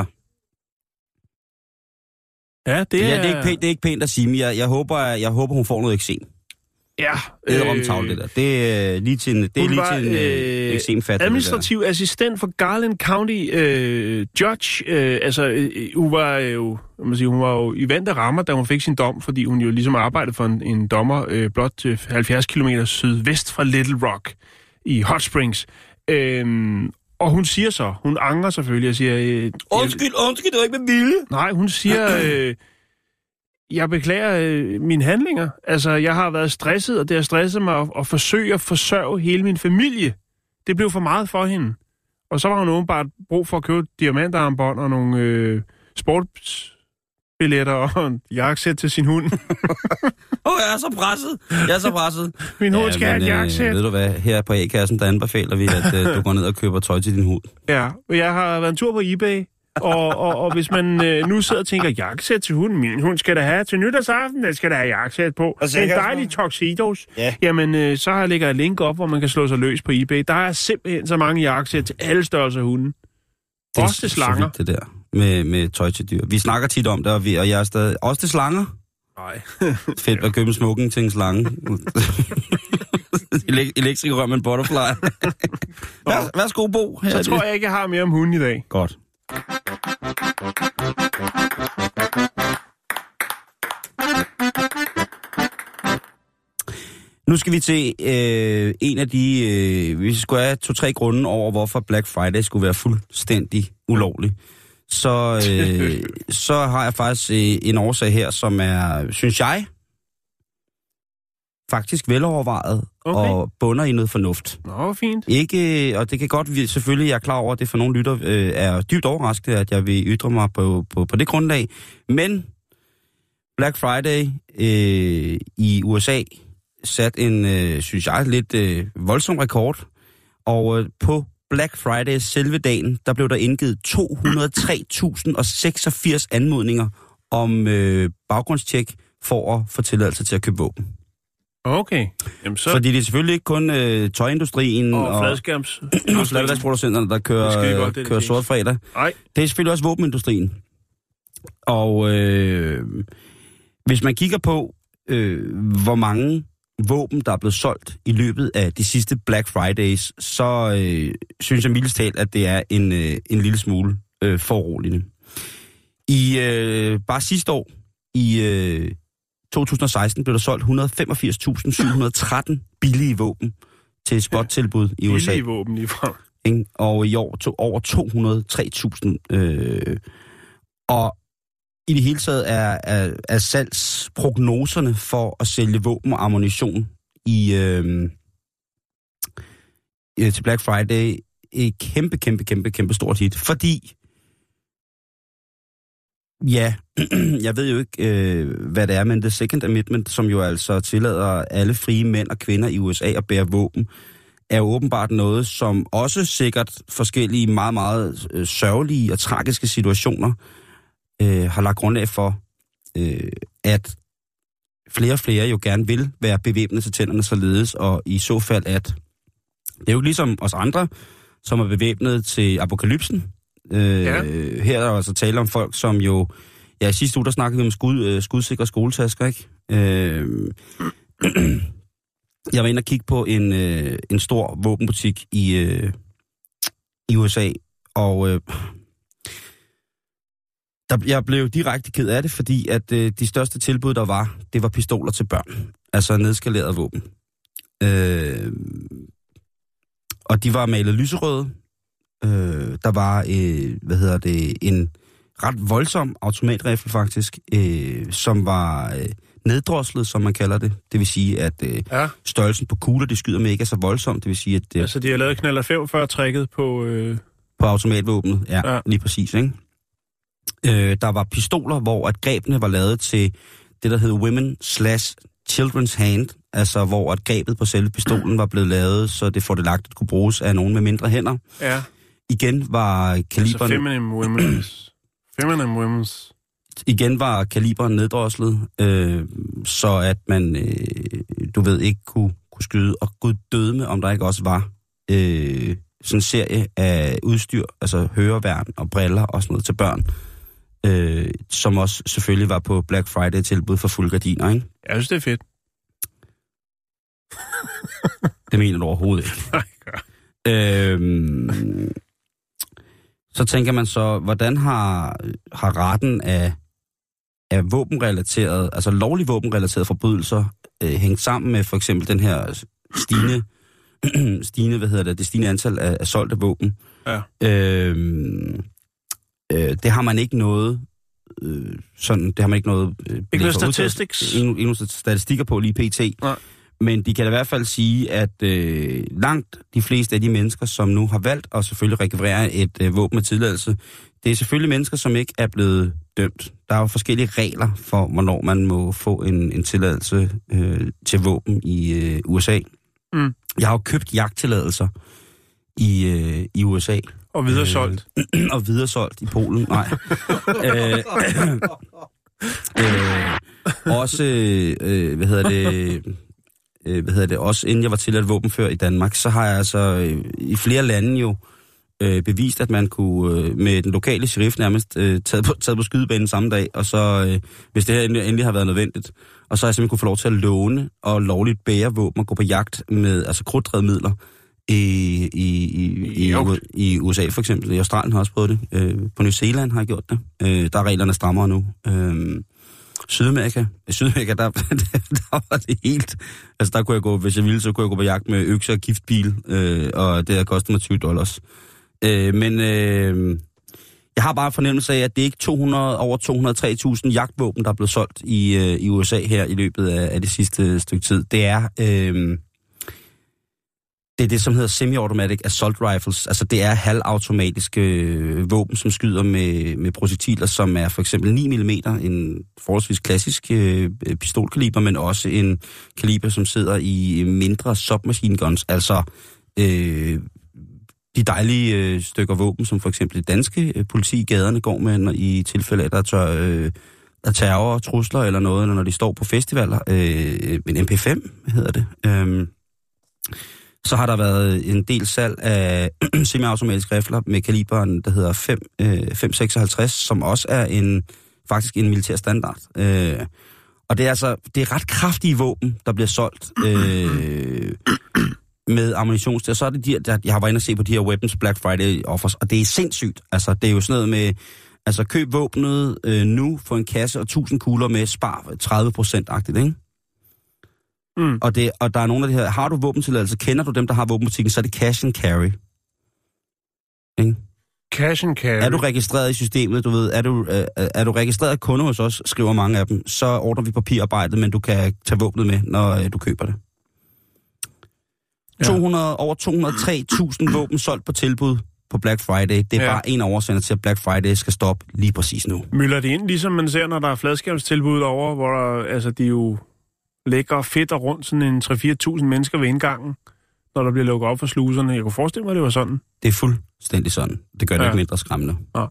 Ja, det er... Ja, det er ikke pænt, det er ikke pænt at sige, men jeg, jeg, håber, jeg håber, hun får noget eksem. Ja. Det er omtavle, det der. Det er lige til en, det er lige var, til en øh, eksemfat. Administrativ assistent for Garland County øh, Judge. Øh, altså, øh, hun var jo, man sige, hun var jo i vante rammer, da hun fik sin dom, fordi hun jo ligesom arbejdede for en, en dommer øh, blot til halvfjerds kilometer sydvest fra Little Rock i Hot Springs. Øh, og hun siger så, hun angrer selvfølgelig og siger... Øh, undskyld, undskyld, det var ikke med vilje. Nej, hun siger... Øh, Jeg beklager øh, mine handlinger. Altså, jeg har været stresset, og det har stresset mig at, at forsøge at forsørge hele min familie. Det blev for meget for hende. Og så var hun åbenbart brug for at købe diamantarmbånd og nogle øh, sportsbilletter og en jakkesæt til sin hund. Åh, oh, jeg er så presset. Jeg er så presset. Min hund ja, skal have et jakkesæt. Øh, ved du hvad, her på A-kassen, der anbefaler vi, at øh, du går ned og køber tøj til din hund. Ja, jeg har været en tur på eBay. og, og, og hvis man øh, nu sidder og tænker, jakkesæt til hunden, min hund skal da have til nytårsaften, den skal da have jakkesæt på. En dejlig tuxedos. Ja. Jamen, øh, så har lægger et link op, hvor man kan slå sig løs på eBay. Der er simpelthen så mange jakkesæt til alle størrelser af hunden. Det også til slanger. Det der med, med tøj til dyr. Vi snakker tit om det, og, vi, og jeg er stadig... Også til slanger? Nej. Fedt at købe en smoking til en slange. Elektrikerrør med en butterfly. Vær, værsgo, Bo. Så tror jeg ikke, jeg har mere om hunden i dag. Godt. Nu skal vi til øh, en af de... Øh, vi skulle have to-tre grunde over, hvorfor Black Friday skulle være fuldstændig ulovlig. Så, øh, så har jeg faktisk øh, en årsag her, som er, synes jeg, faktisk velovervejet okay. og bunder i noget fornuft. Nå, fint. Ikke, og det kan godt, selvfølgelig jeg er klar over, at det for nogle lytter øh, er dybt overrasket, at jeg vil ytre mig på, på, på det grundlag. Men Black Friday øh, i U S A sat en, øh, synes jeg, lidt øh, voldsom rekord. Og øh, på Black Friday selve dagen, der blev der indgivet to hundrede og tre tusind seksogfirs anmodninger om øh, baggrundstjek for at få tilladelse til at købe våben. Okay. Jamen så... Fordi det er selvfølgelig ikke kun øh, tøjindustrien og, og fladskærms... og fladskærmsproducenterne, der kører, godt, det, kører det sort fredag. Nej. Det er selvfølgelig også våbenindustrien. Og øh, hvis man kigger på, øh, hvor mange våben, der er blevet solgt i løbet af de sidste Black Fridays, så øh, synes jeg mildest talt, at det er en, øh, en lille smule øh, foruroligende. I øh, bare sidste år, i øh, to tusind og seksten, blev der solgt et hundrede og femogfirs tusind syv hundrede og tretten billige våben til spottilbud i U S A. Billige våben lige fra. Og i år to, over to hundrede og tre tusind. Øh, og i det hele taget er, er, er salgsprognoserne for at sælge våben og ammunition i, øh, til Black Friday et kæmpe, kæmpe, kæmpe, kæmpe stort hit. Fordi, ja, jeg ved jo ikke, øh, hvad det er, men The Second Amendment, som jo altså tillader alle frie mænd og kvinder i U S A at bære våben, er jo åbenbart noget, som også sikkert forskellige meget, meget øh, sørgelige og tragiske situationer øh, har lagt grundlag for, øh, at flere og flere jo gerne vil være bevæbnet til tænderne således, og i så fald, at det er jo ligesom os andre, som er bevæbnet til apokalypsen. Øh, ja. Her er der altså tale om folk, som jo, ja, i sidste uge, der snakkede vi om skud, øh, skudsikre skoletasker, ikke? Øh, jeg var inde og kigge på en, øh, en stor våbenbutik i, øh, i U S A, og øh, der, jeg blev direkte ked af det, fordi at øh, de største tilbud, der var, det var pistoler til børn. Altså nedskaleret våben. Øh, og de var malet lyserøde. Øh, der var, øh, hvad hedder det, en ret voldsom automatrifle faktisk, øh, som var øh, neddroslet, som man kalder det. Det vil sige, at øh, ja. størrelsen på kugler, de skyder med, ikke er så voldsomt. Det vil sige, at... Øh, altså, de har lavet knaller femogfyrre-trækket på... Øh... På automatvåbnet, ja, ja, lige præcis, ikke? Øh, der var pistoler, hvor at grebene var lavet til det, der hedder Women slash Children's Hand, altså hvor at grebet på selve pistolen var blevet lavet, så det fordelagtigt kunne bruges af nogen med mindre hænder. Ja. Igen var kaliberen... Altså feminine women's. Feminine women's. Igen var kaliberen neddroslet, øh, så at man, øh, du ved, ikke kunne, kunne skyde. Og gud døde med, om der ikke også var øh, sådan en serie af udstyr, altså høreværn og briller og sådan noget til børn, øh, som også selvfølgelig var på Black Friday-tilbud for fuld gardiner, ikke? Jeg synes, det er fedt. Det mener du overhovedet ikke. Nej, gør. Øhm, så tænker man så, hvordan har, har retten af, af våbenrelateret, altså lovlige våbenrelaterede forbrydelser, øh, hængt sammen med for eksempel den her stigende, stigende, hvad hedder det, det stigende antal af, af solgte våben. Ja. Øhm, øh, det har man ikke noget, øh, sådan, det har man ikke noget... Øh, ikke noget statistics? Ikke nogen statistikker på lige pt. Nej. Men de kan i hvert fald sige, at øh, langt de fleste af de mennesker, som nu har valgt at selvfølgelig rekvirere et øh, våben med tilladelse, det er selvfølgelig mennesker, som ikke er blevet dømt. Der er jo forskellige regler for, hvornår man må få en, en tilladelse øh, til våben i øh, U S A. Mm. Jeg har jo købt jagttilladelser i, øh, i U S A. Og videresolgt. Øh, og videresolgt i Polen, nej. øh, øh, også, øh, hvad hedder det... hvad hedder det, også inden jeg var tilladt våbenfører i Danmark, så har jeg altså øh, i flere lande jo øh, bevist, at man kunne øh, med den lokale sheriff nærmest øh, taget, på, taget på skydebanen samme dag, og så, øh, hvis det her endelig, endelig har været nødvendigt, og så har jeg simpelthen kunne få lov til at låne og lovligt bære våben og gå på jagt med altså krudtdrevet midler i, i, i, i, i, i U S A for eksempel. I Australien har jeg også prøvet det. Øh, på New Zealand har jeg gjort det. Øh, der er reglerne strammere nu. Øh, Sydamerika. I Sydamerika, der, der var det helt... Altså, der kunne jeg gå, hvis jeg ville, så kunne jeg gå på jagt med økse og giftpil, øh, og det har kostet mig tyve dollars. Øh, men øh, Jeg har bare en fornemmelse af, at det er ikke to hundrede, over to hundrede og tre tusind jagtvåben, der er blevet solgt i, øh, i U S A her i løbet af, af det sidste stykke tid. Det er, øh, det er det, som hedder semi-automatic assault rifles. Altså det er halvautomatiske øh, våben, som skyder med, med projektiler, som er for eksempel ni millimeter, en forholdsvis klassisk øh, pistolkaliber, men også en kaliber, som sidder i mindre submachine guns, altså øh, de dejlige øh, stykker våben, som for eksempel det danske øh, politi i gaderne går med, når, i tilfælde af, der tør, øh, der terror, trusler eller noget, eller når de står på festivaler. Øh, en M P fem hedder det. Øh, så har der været en del salg af semi-automatiske rifler med kaliberen, der hedder fem komma seksoghalvtreds, som også er en faktisk en militær standard. Øh, og det er altså det er ret kraftige våben, der bliver solgt. Øh, med ammunition. Og så er det de, der, jeg har været inde og se på de her Weapons Black Friday offers, og det er sindssygt. Altså, det er jo sådan noget med, altså køb våbnet øh, nu, få en kasse og tusind kugler med, spar tredive procent-agtigt, ikke? Mm. Og, det, og der er nogle af de her, har du våbentilladelse, kender du dem, der har våbenbutikken, så er det cash and carry. Ikke? Cash and carry. Er du registreret i systemet, du ved, er du, øh, er du registreret kunde hos os, skriver mange af dem, så ordner vi papirarbejdet, men du kan tage våbnet med, når øh, du køber det. Ja. to hundrede, over to hundrede og tre tusind våben solgt på tilbud på Black Friday. Det er ja. bare en af årsagerne til, at Black Friday skal stoppe lige præcis nu. Møller det ind, ligesom man ser, når der er fladskærmstilbud derovre, hvor der, altså, de jo ligger fedt og rundt sådan en tre til fire tusind mennesker ved indgangen, når der bliver lukket op for sluserne. Jeg kunne forestille mig, at det var sådan. Det er fuldstændig sådan. Det gør det ja. ikke mindre skræmmende. Ja.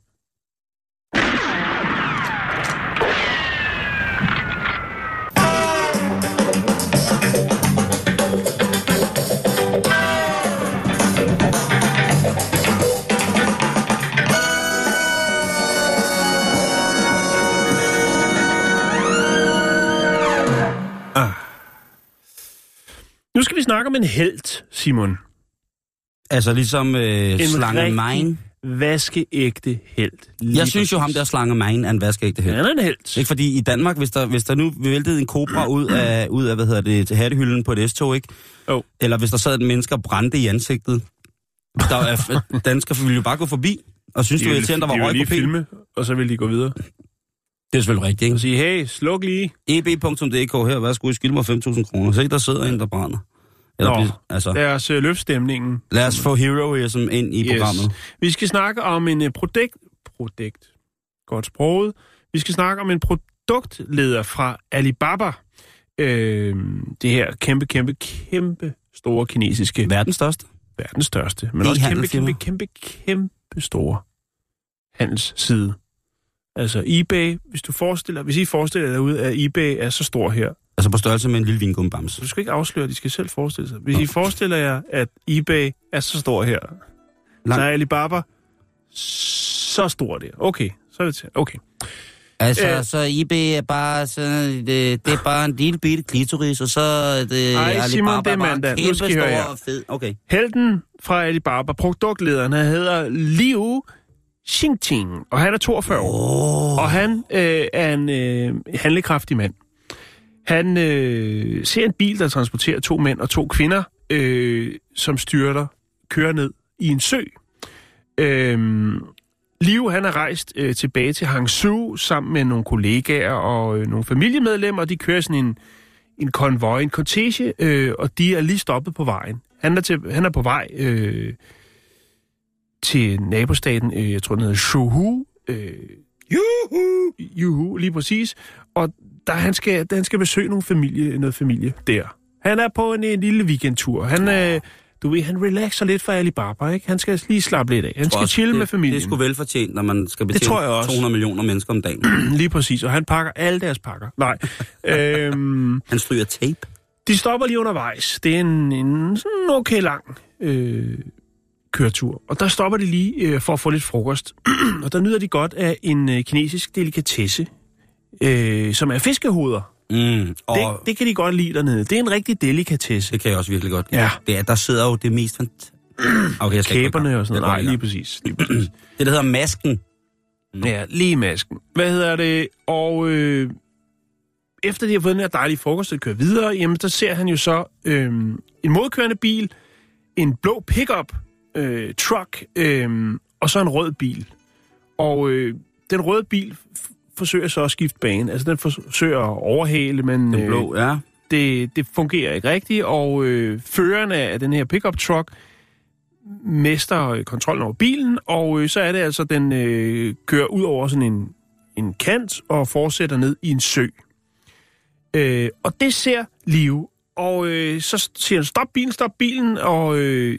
Nu skal vi snakke om en helt, Simon. Altså ligesom øh, Slange Mine. Vaskeægte helt. Jeg synes jo, ham der Slange Mine er en vaskeægte helt. Han er en helt. Ikke fordi i Danmark, hvis der, hvis der nu væltede en kobra ud af, ud af hvad hedder det, til hattehylden på et S-tog, ikke? Oh. Eller hvis der sad en mennesker brændte i ansigtet, der er, danskere ville jo bare gå forbi, og synes, de du irriterende, der var røg på film. Filme, og så ville de gå videre. Det er selvfølgelig rigtigt, ikke? Og sige, hey, sluk lige. e b punktum d k her, værsgo, I skylder mig fem tusind kroner. Se, der sidder en, der brænder. Eller Nå, bliver, altså. lad os uh, løfte stemningen. Lad os få heroism ind i yes. programmet. Vi skal snakke om en uh, produkt... Produkt. Godt sproget. Vi skal snakke om en produktleder fra Alibaba. Øh, det her kæmpe, kæmpe, kæmpe store kinesiske... Verdens største. Verdens største. Men også kæmpe, kæmpe, kæmpe, kæmpe store handelsside. Altså eBay, hvis du forestiller, hvis I forestiller dig ud, at eBay er så stor her. Altså på størrelse med en lille vingummibams. Du skal ikke afsløre, de skal selv forestille sig. Hvis I forestiller jer, at eBay er så stor her, Lang. så er Alibaba så stor der. Okay, så er det til. Okay. Altså, Æh, så eBay er bare sådan, det, det er bare en lille bitte klitoris, og så er det ej, Alibaba Simon, det er bare mandag. kæmpe stor og fed. Okay. Helten fra Alibaba, produktlederen, han hedder Liu Xingting, og han er toogfyrre år. Oh. Og han øh, er en øh, handlekraftig mand. Han øh, ser en bil, der transporterer to mænd og to kvinder, øh, som styrter, kører ned i en sø. Øh, Liu, han er rejst øh, tilbage til Hangzhou sammen med nogle kollegaer og øh, nogle familiemedlemmer. De kører sådan en, en konvoj, en cortege, øh, og de er lige stoppet på vejen. Han er, til, han er på vej øh, til nabostaten, øh, jeg tror den hedder Shuhu. Øh, Juhu! Juhu, lige præcis. Og der, han, skal, han skal besøge nogle familie, noget familie der. Han er på en, en lille weekendtur. Han, øh, du ved, han relaxer lidt for Alibaba, ikke? Han skal lige slappe lidt af. Han skal også, chille det, med familien. Det er sgu velfortjent, når man skal betjene to hundrede millioner mennesker om dagen. Lige præcis, og han pakker alle deres pakker. Nej. øhm, han stryger tape. De stopper lige undervejs. Det er en, en sådan okay lang øh, køretur. Og der stopper de lige øh, for at få lidt frokost. Og der nyder de godt af en øh, kinesisk delikatesse, øh, som er fiskehoveder. Mm, og det, det kan de godt lide dernede. Det er en rigtig delikatesse. Det kan jeg også virkelig godt lide. Ja. Det er, der sidder jo det mest fandt... Okay, kæberne og sådan noget. Nej, lige præcis. Lige præcis. Det, der hedder masken. No. Ja, lige masken. Hvad hedder det? Og øh, efter de har fået den her dejlige frokost, og kører videre, jamen, der ser han jo så øh, en modkørende bil, en blå pickup, øh, truck, øh, og så en rød bil. Og øh, den røde bil f- forsøger så at skifte bane. Altså, den forsøger at overhale, men Den blå, øh, ja. det, det fungerer ikke rigtigt. Og øh, føreren af den her pickup truck mister kontrollen over bilen, og øh, så er det altså, den øh, kører ud over sådan en, en kant og fortsætter ned i en sø. Øh, og det ser Liv. Og øh, så siger han, stop bilen, stop bilen, og øh,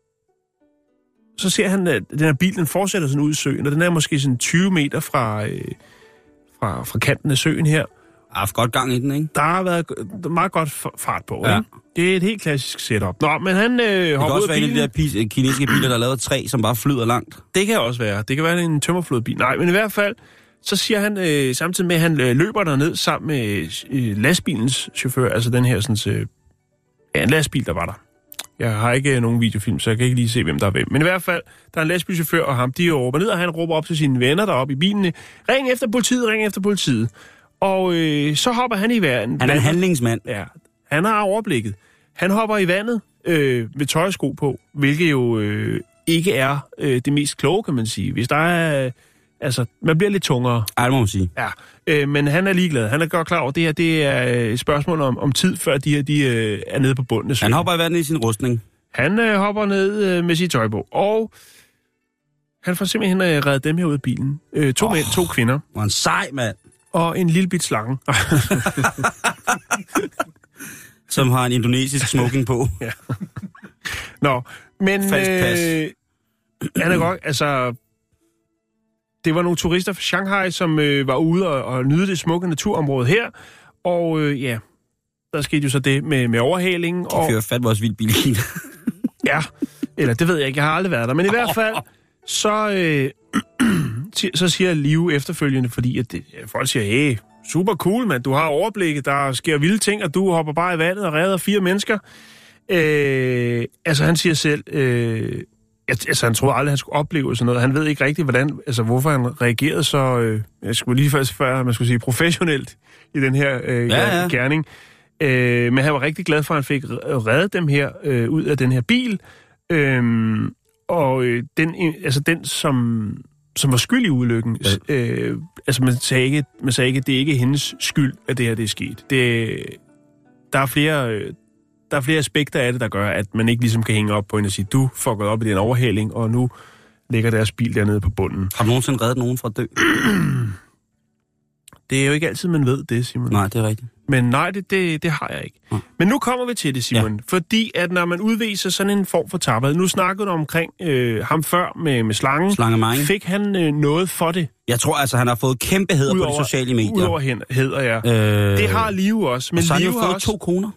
så ser han, at den her bil, den fortsætter sådan ud i søen, og den er måske sådan tyve meter fra, øh, fra, fra kanten af søen her. Jeg har haft godt gang i den, ikke? Der har været meget godt fart på, Ja. ikke? Det er et helt klassisk setup. Nå, men han øh, Det kan hopper ud også af være bilen. en af de der kinesiske biler, der er lavet af træ, som bare flyder langt. Det kan også være. Det kan være en tømmerflodbil. Nej, men i hvert fald, så siger han, øh, samtidig med, at han øh, løber derned sammen med øh, lastbilens chauffør, altså den her sådan, øh, ja, en lastbil, der var der. Jeg har ikke øh, nogen videofilm, så jeg kan ikke lige se, hvem der er hvem. Men i hvert fald, der er en lastbilchauffør, og ham, de råber ned, og han råber op til sine venner deroppe i bilen. Ring efter politiet, ring efter politiet. Og øh, så hopper han i vandet. Han er en handlingsmand. Ja, han har overblikket. Han hopper i vandet øh, med tøjsko på, hvilket jo øh, ikke er øh, det mest kloge, kan man sige. Hvis der er... Øh, altså, man bliver lidt tungere. Ej, det må man sige. Ja, øh, men han er ligeglad. Han er godt klar over, at det her det er et spørgsmål om, om tid, før de her de, øh, er nede på bunden af søen. Han hopper i vandet i sin rustning. Han øh, hopper ned øh, med sit tøj på, og han får simpelthen øh, reddet dem her ud af bilen. Øh, to oh, mænd, to kvinder. Hvor en sej, mand. Og en lille bit slange. Som har en indonesisk smoking på. Ja. Nå, men Falsk pas. øh, han er godt, altså, det var nogle turister fra Shanghai, som øh, var ude og, og nyde det smukke naturområde her, og øh, ja, der skete jo så det med, med overhalingen. De kører fat vores vild bil i Kina. Ja, eller det ved jeg ikke, jeg har aldrig været der, men i hvert fald, så, øh, så siger Liv efterfølgende, fordi at det, folk siger, hey, super cool, mand, du har overblikket, der sker vilde ting, og du hopper bare i vandet og redder fire mennesker. Øh, altså, han siger selv, øh, at, altså, han troede aldrig, han skulle opleve sådan noget. Han ved ikke rigtigt, hvordan, altså, hvorfor han reagerede så, øh, jeg skulle lige først før, man skulle sige, professionelt i den her øh, ja, ja. gerning. Øh, men han var rigtig glad for, at han fik reddet dem her øh, ud af den her bil. Øh, og øh, den, altså, den, som... som var skyld i ulykken. Ja. Øh, altså, man sagde, ikke, man sagde ikke, at det ikke er hendes skyld, at det her det er sket. Det, der, er flere, der er flere aspekter af det, der gør, at man ikke ligesom kan hænge op på hende og sige, du fuckede op i den overhaling, og nu ligger deres bil dernede på bunden. Har du nogensinde reddet nogen fra at dø? Det er jo ikke altid, man ved det, Simon. Nej, det er rigtigt. Men nej, det, det, det har jeg ikke. Ja. Men nu kommer vi til det, Simon. Ja. Fordi at når man udviser sådan en form for tapperhed, nu snakkede du omkring øh, ham før med, med slangen. Slangemang. Fik han øh, noget for det? Jeg tror altså, han har fået kæmpe hæder på de sociale medier. Udover hen, hedder jeg. Øh, det har Liv også. Men og så har Liv han jo fået også... to kroner.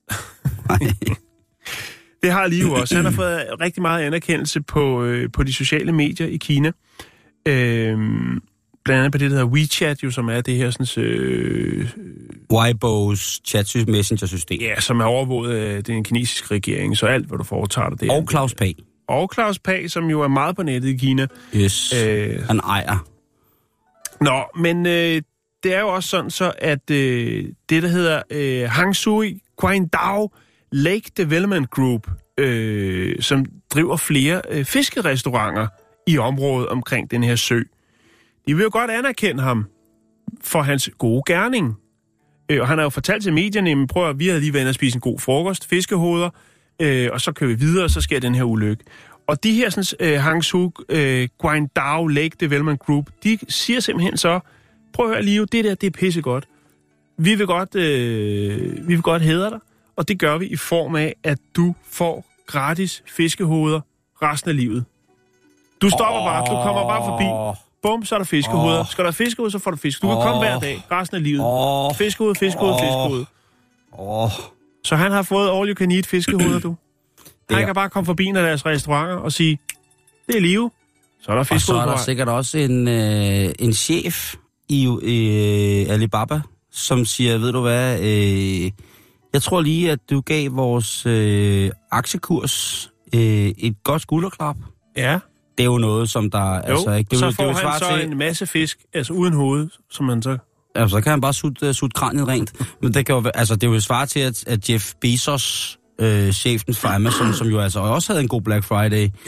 Det har Liv også. Han har fået rigtig meget anerkendelse på, øh, på de sociale medier i Kina. Øh, blandt andet på det, der hedder WeChat, jo, som er det her sådan... Øh, Weibo's chat messenger-system. Ja, som er overvåget af den kinesiske regering, så alt, hvad du foretager dig, det er... Og Claus Pag. Og Claus Pag, som jo er meget på nettet i Kina. Yes, øh, han ejer. Nå, men øh, det er jo også sådan så, at øh, det, der hedder øh, Hangshui Guangdao Lake Development Group, øh, som driver flere øh, fiskerestauranter i området omkring den her sø, de vil jo godt anerkende ham for hans gode gerning. Øh, og han har jo fortalt til medierne, men prøv at vi havde lige været inde og spise en god frokost, fiskehoveder, øh, og så kører vi videre, og så sker den her ulykke. Og de her sådan, øh, Hangshui øh, Guangdao Lake Development Group, de siger simpelthen så, prøv at høre, Liv, det der, det er pissegodt. Vi vil godt, øh, vi vil godt hædre dig, og det gør vi i form af, at du får gratis fiskehoveder resten af livet. Du stopper oh. bare, du kommer bare forbi. Bum, så er der fiskehoveder. Oh. Skal der fiskehoved, så får du fisk. Du kan oh. komme hver dag, resten af livet. Oh. Fiskehoved, fiskehoved, oh. fiskehoved. Oh. Så han har fået all you can eat fiskehoveder, du. Han ja. kan bare komme forbi en af deres restauranter og sige, det er Liv. Så er der fiskehoved. Og så er der sikkert også en, øh, en chef i øh, Alibaba, som siger, ved du hvad, øh, jeg tror lige, at du gav vores øh, aktiekurs øh, et godt skulderklap. Ja. Det er jo noget, som der... Jo, altså, ikke, det så vil, får det vil han så til, en masse fisk, altså uden hoved, som man så... Altså, så kan han bare sutte, sutte kraniet rent. Men det kan jo være, altså, det er jo svare til, at, at Jeff Bezos, øh, chefen for Amazon, som jo altså også havde en god Black Friday, ja.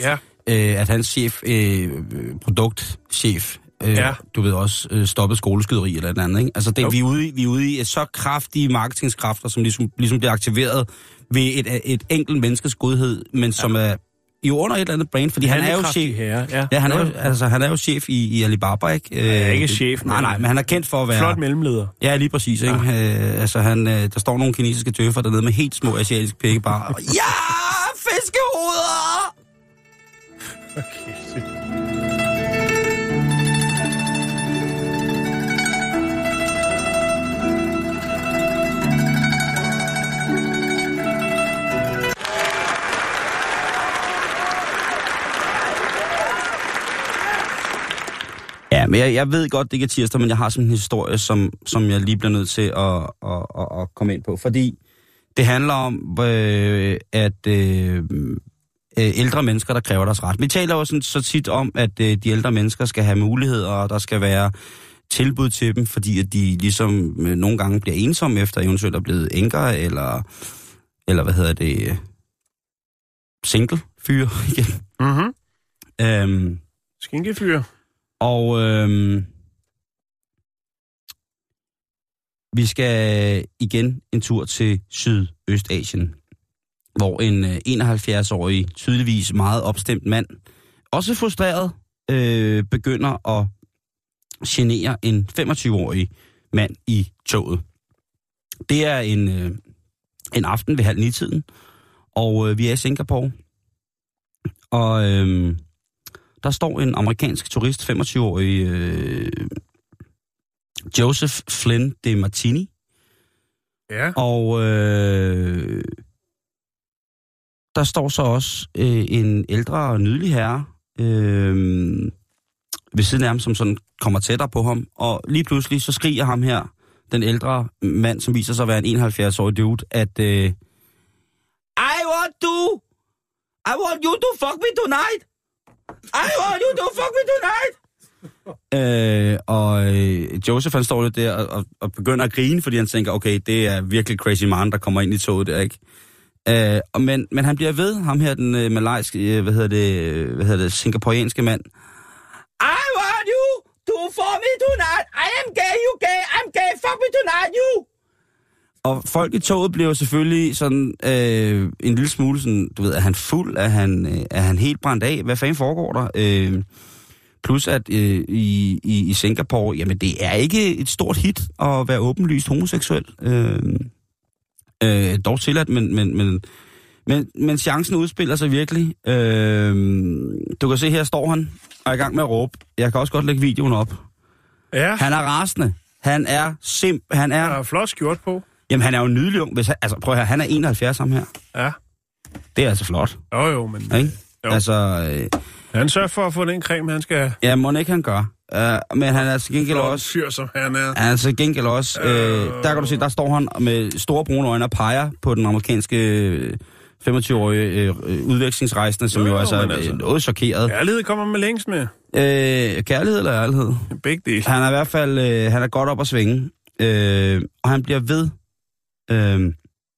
øh, at hans chef, øh, produktchef, øh, ja. du ved også, øh, stoppede skoleskyderi eller et andet, ikke? Altså, det, vi, er ude, vi er ude i et så kraftige marketingskræfter, som ligesom, ligesom bliver aktiveret ved et, et enkelt menneskes godhed, men som ja. er jo under et eller andet brand, fordi han er jo chef. Herre, ja. Ja, han er jo, altså, han er jo chef i, i Alibaba, ikke? Han er ikke chef. Nej, nej, men han er kendt for at være... Flot mellemleder. Ja, lige præcis, ikke? Ja. Øh, altså, han, øh, der står nogle kinesiske tøffer dernede med helt små asiatiske pikkebarer. Ja, fiskehoveder! Okay, Ja, men jeg, jeg ved godt, det ikke er tirsdag, men jeg har sådan en historie, som, som jeg lige bliver nødt til at, at, at, at komme ind på. Fordi det handler om, øh, at øh, ældre mennesker, der kræver deres ret. Vi taler jo sådan, så tit om, at øh, de ældre mennesker skal have muligheder, og der skal være tilbud til dem, fordi at de ligesom øh, nogle gange bliver ensomme efter eventuelt er blevet enker, eller, eller hvad hedder det, single fyre igen. Mhm. Øhm, Skinkefyre. Og øhm, vi skal igen en tur til Sydøstasien, hvor en øh, enoghalvfjerds-årig, tydeligvis meget opstemt mand, også frustreret, øh, begynder at genere en femogtyve-årig mand i toget. Det er en, øh, en aften ved halv ni-tiden, og øh, vi er i Singapore, og... Øh, Der står en amerikansk turist, femogtyve-årig øh, Joseph Flynn de Martini. Ja. Og øh, der står så også øh, en ældre og nydelig herre øh, ved siden af ham, som sådan kommer tættere på ham. Og lige pludselig så skriger ham her, den ældre mand, som viser sig at være en enoghalvfjerds-årig dude, at øh, I want to, I want you to fuck me tonight. I want you to fuck me tonight! øh, og øh, Joseph, han står lidt der og, og, og begynder at grine, fordi han tænker, okay, det er virkelig crazy man, der kommer ind i toget der, ikke? Øh, og, men, men han bliver ved, ham her, den øh, malayske, øh, hvad hedder det, øh, hvad hedder det, singaporeanske mand. I want you to fuck me tonight! I am gay, you gay, I'm gay, fuck me tonight, you! Og folk i toget bliver jo selvfølgelig sådan øh, en lille smule sådan, du ved, er han fuld? Er han, øh, er han helt brændt af? Hvad fanden foregår der? Øh, plus at øh, i, i, i Singapore, jamen det er ikke et stort hit at være åbenlyst homoseksuel. Øh, øh, dog tilladt, men, men, men, men, men chancen udspiller sig virkelig. Øh, du kan se, her står han og er i gang med at råbe. Jeg kan også godt lægge videoen op. Ja. Han er rasende. Han er simp. Han er... Der er flot skjort på. Jamen, han er jo en nydelig ung. Hvis han, altså, prøv at høre, han er enoghalvfjerds ham her. Ja. Det er altså flot. Jo, jo, men... Ikke? Jo. Altså... Øh, han sørger for at få den creme, han skal... Ja, må ikke han gør. Uh, men han er til gengæld også... Fyr, som han er. Han er til gengæld også... Øh, øh, der kan du se, der står han med store brune øjne og peger på den amerikanske femogtyve-årige øh, udvekslingsrejsende, som jo, jo altså er altså, noget chokeret. Kærlighed kommer man længst med. Øh, kærlighed eller ærlighed? Begge dele. Han er i hvert fald... Øh, han er godt op at svinge. Øh, og han bliver ved... Øh,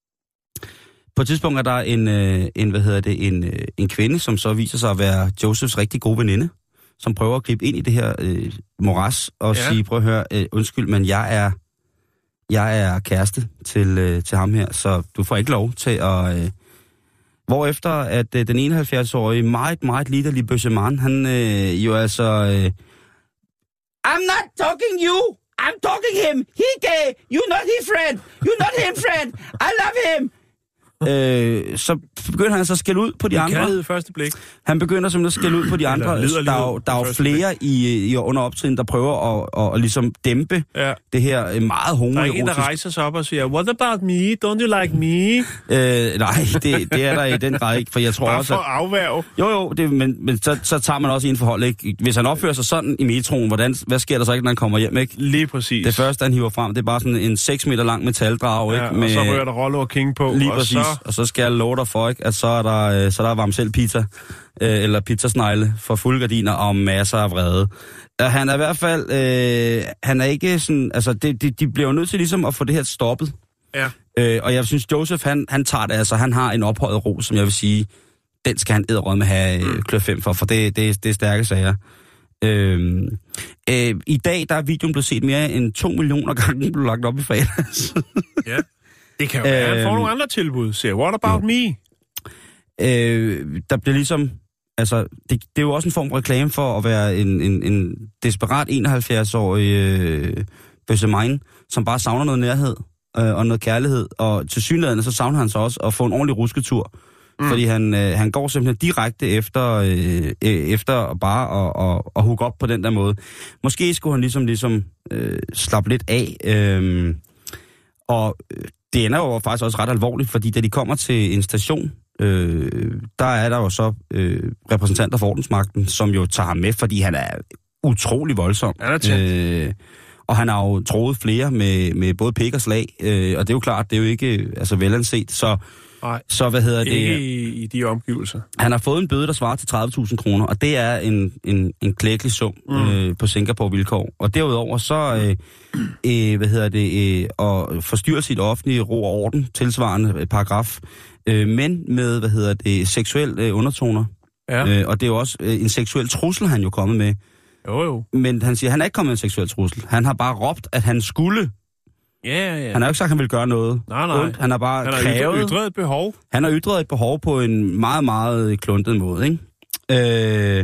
på et tidspunkt er der en, øh, en hvad hedder det, en, øh, en kvinde, som så viser sig at være Josephs rigtig gode veninde, som prøver at gribe ind i det her øh, moras og ja. sige, prøv at høre, øh, undskyld, men jeg er, jeg er kæreste til, øh, til ham her, så du får ikke lov til at... Øh, hvorefter at øh, den enoghalvfjerds-årige, meget, meget liderlige bøssemann, han øh, jo altså... Øh, I'm not talking you! I'm talking him! He gay! You're not his friend! You're not him friend! I love him! øh, så begynder han så at skælde ud på de andre. Kærlighed første blik. Han begynder simpelthen at skælde ud på de andre. Der, der, der er jo flere i, i under optrin, der prøver at, at, at ligesom dæmpe ja. det her meget homoerotiske. Der er ikke en, der rejser sig op og siger, what about me? Don't you like me? Øh, nej, det, det er der i den grad ikke, for jeg tror bare også... Bare for at afværge. Jo, jo, det, men, men så, så tager man også i en forhold, ikke? Hvis han opfører sig sådan i metroen, hvordan, hvad sker der så ikke, når han kommer hjem, ikke? Lige præcis. Det første, han hiver frem, det er bare sådan en seks meter lang metaldrag, ikke? Ja, med, og så rører der Rollo og King på. Lige og præcis, så... og så skal jeg love dig for, ikke, at så er der, så er der varm selv pizza, øh, eller pizzasnegle for fulde gardiner og masser af vrede. Han er i hvert fald, øh, han er ikke sådan, altså det, de, de bliver jo nødt til ligesom at få det her stoppet. Ja. Øh, og jeg synes, Joseph, han, han tager det, altså han har en ophøjet ro, som jeg vil sige, den skal han edderrømme have øh, klør fem for, for det, det, det er stærke sager. Øh, øh, I dag der er videoen blevet set mere end to millioner gange, den blev lagt op i fredags. Ja, det kan jo være, at han får nogle andre tilbud. Say, what about jo. me? Øh, der bliver ligesom... Altså, det, det er jo også en form for reklame for at være en, en, en desperat enoghalvfjerds-årig øh, bøssemine, som bare savner noget nærhed øh, og noget kærlighed. Og til synligheden så savner han så også at få en ordentlig rusketur. Mm. Fordi han, øh, han går simpelthen direkte efter, øh, efter bare at, at, at hooke op på den der måde. Måske skulle han ligesom, ligesom øh, slappe lidt af. Øh, og det ender jo faktisk også ret alvorligt, fordi da de kommer til en station, øh, der er der jo så øh, repræsentanter for ordensmagten, som jo tager ham med, fordi han er utrolig voldsom. Han er øh, og han har jo troet flere med, med både pik og slag, øh, og det er jo klart, det er jo ikke altså, velanset, så Nej, så hvad hedder det? Ikke i, i de omgivelser. Han har fået en bøde, der svarer til tredive tusind kroner, og det er en, en, en klækkelig sum mm. øh, på Singapore-vilkår. Og derudover så, øh, øh, hvad hedder det, øh, at forstyrre sit offentlige ro og orden, tilsvarende paragraf, øh, men med, hvad hedder det, seksuel øh, undertoner. Ja. Øh, og det er jo også øh, en seksuel trussel, han jo kommet med. Jo, jo. Men han siger, han er ikke kommet med en seksuel trussel. Han har bare råbt, at han skulle. Ja, ja. Han har jo ikke sagt, at han vil gøre noget. Nej, nej. Han har bare han har krævet... ytret et behov. Han har ytret et behov på en meget, meget kluntet måde, ikke? Øh,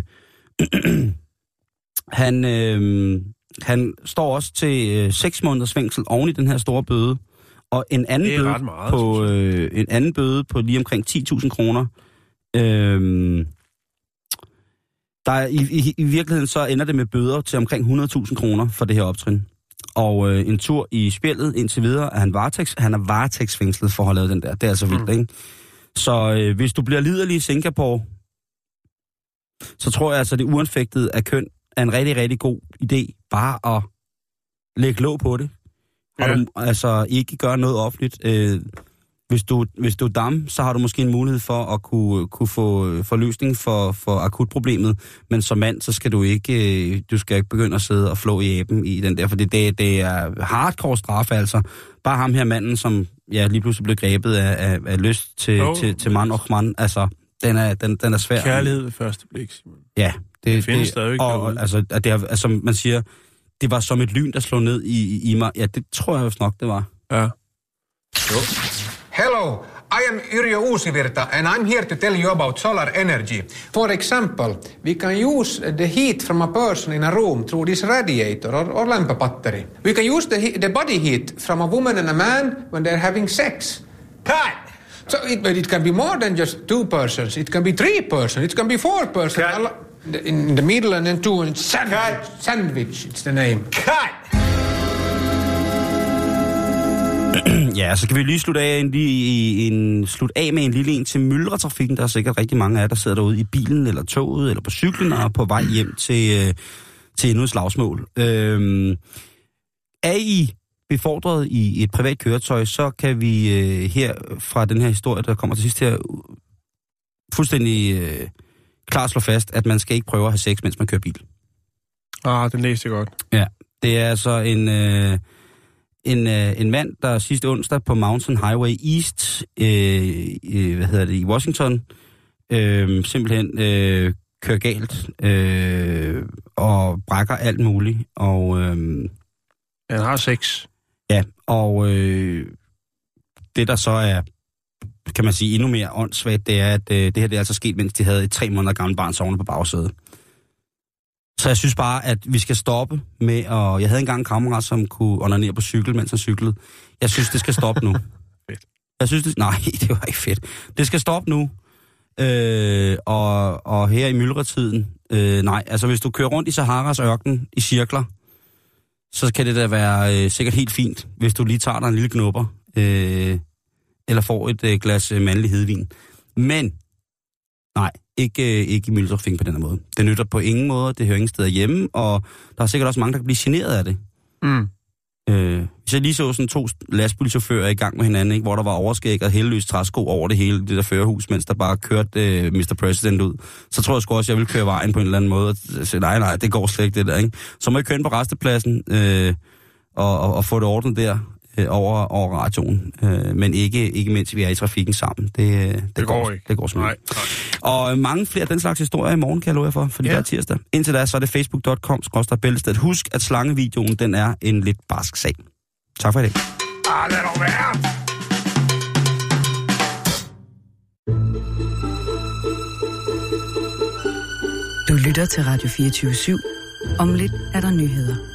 han, øh, han står også til øh, seks måneders fængsel oven i den her store bøde. Og en anden, bøde, meget, på, øh, en anden bøde på lige omkring ti tusind kroner. Øh, der er, i, i, I virkeligheden så ender det med bøder til omkring hundrede tusind kroner for det her optrin. Og øh, en tur i spillet indtil videre, at han, varetægts, han er varetægtsfængslet for at have lavet den der. Det er altså vildt, mm. ikke? Så øh, hvis du bliver liderlig i Singapore, så tror jeg altså, det uanfægtede af køn er en rigtig, rigtig god idé. Bare at lægge låg på det. Og ja. du altså ikke gøre noget offentligt. Øh, hvis, du, hvis du er dam, så har du måske en mulighed for at kunne, kunne få, få løsning for, for akutproblemet. Men som mand, så skal du ikke, du skal ikke begynde at sidde og flå i æben i den der. For det, det, det er hardcore straf, altså. Bare ham her manden, som ja, lige pludselig blev grebet af, af, af lyst til, oh. til, til mand og mand. Altså, den er, den, den er svær. Kærlighed ved første blik, Simon. Ja. Det, det findes det, stadig og, og, altså, at det er, altså, man siger, det var som et lyn, der slog ned i, i, i mig. Ja, det tror jeg jo nok, det var. Ja. Jo. Hello, I am Yrjö Uusivirta and I'm here to tell you about solar energy. For example, we can use the heat from a person in a room through this radiator or, or lämpöpatteri. We can use the, he- the body heat from a woman and a man when they're having sex. Cut! So it, but it can be more than just two persons. It can be three persons. It can be four persons. Cut. In the middle and then two and sandwich. Cut. Sandwich, it's the name. Cut! Ja, så kan vi lige slutte af, en, en, slutte af med en lille en til myldretrafikken. Der er sikkert rigtig mange af jer, der sidder derude i bilen eller toget eller på cyklen og er på vej hjem til, til endnu et slagsmål. Øhm, er I befordret i et privat køretøj, så kan vi øh, her fra den her historie, der kommer til sidst her, fuldstændig øh, klart slå fast, at man skal ikke prøve at have sex, mens man kører bil. Ah, den læste jeg godt. Ja, det er altså en... Øh, En, øh, en mand, der sidste onsdag på Mountain Highway East, øh, øh, hvad hedder det, i Washington, øh, simpelthen øh, kører galt øh, og brækker alt muligt. Og, øh, Han har sex. Ja, og øh, det der så er, kan man sige, endnu mere åndssvagt, det er, at øh, det her det er altså sket, mens de havde et tre måneder gammelt barn sovende på bagsædet. Så jeg synes bare, at vi skal stoppe med, og jeg havde engang en kammerat, som kunne onanere på cykel, mens han cyklede. Jeg synes, det skal stoppe nu. Fedt. Jeg synes, det... Nej, det var ikke fedt. Det skal stoppe nu. Øh, og, og her i myldretiden, øh, nej. Altså, hvis du kører rundt i Saharas ørken i cirkler, så kan det da være øh, sikkert helt fint, hvis du lige tager dig en lille knupper, øh, eller får et øh, glas øh, mandlig hedvin. Men, nej. Ikke, ikke i myldretrafikken på den her måde. Det nytter på ingen måde, det hører ingen steder hjemme, og der er sikkert også mange, der kan blive generet af det. Mm. Øh, hvis jeg lige så sådan to lastbilchauffører i gang med hinanden, ikke, hvor der var overskæg og heldeløst træsko over det hele, det der førerhus, mens der bare kørte øh, mister President ud, så tror jeg sgu også, at jeg vil køre vejen på en eller anden måde, og sige, nej, nej, det går slet ikke det der, ikke? Så må jeg køre ind på rastepladsen øh, og, og, og få det ordnet der. øh, over, over radioen. Øh, men ikke, ikke mens vi er i trafikken sammen. Det, det, det går, går ikke. Det går simpelthen. Nej, nej. Og mange flere den slags historier i morgen, kan jeg love jer for, for det ja. der tirsdag. Indtil da, så er det facebook punktum com skråstreg bæltestedet. Husk, at slangevideoen, den er en lidt barsk sag. Tak for i dag. Ah, lad dog være! Du lytter til Radio fireogtyve syv. Om lidt er der nyheder.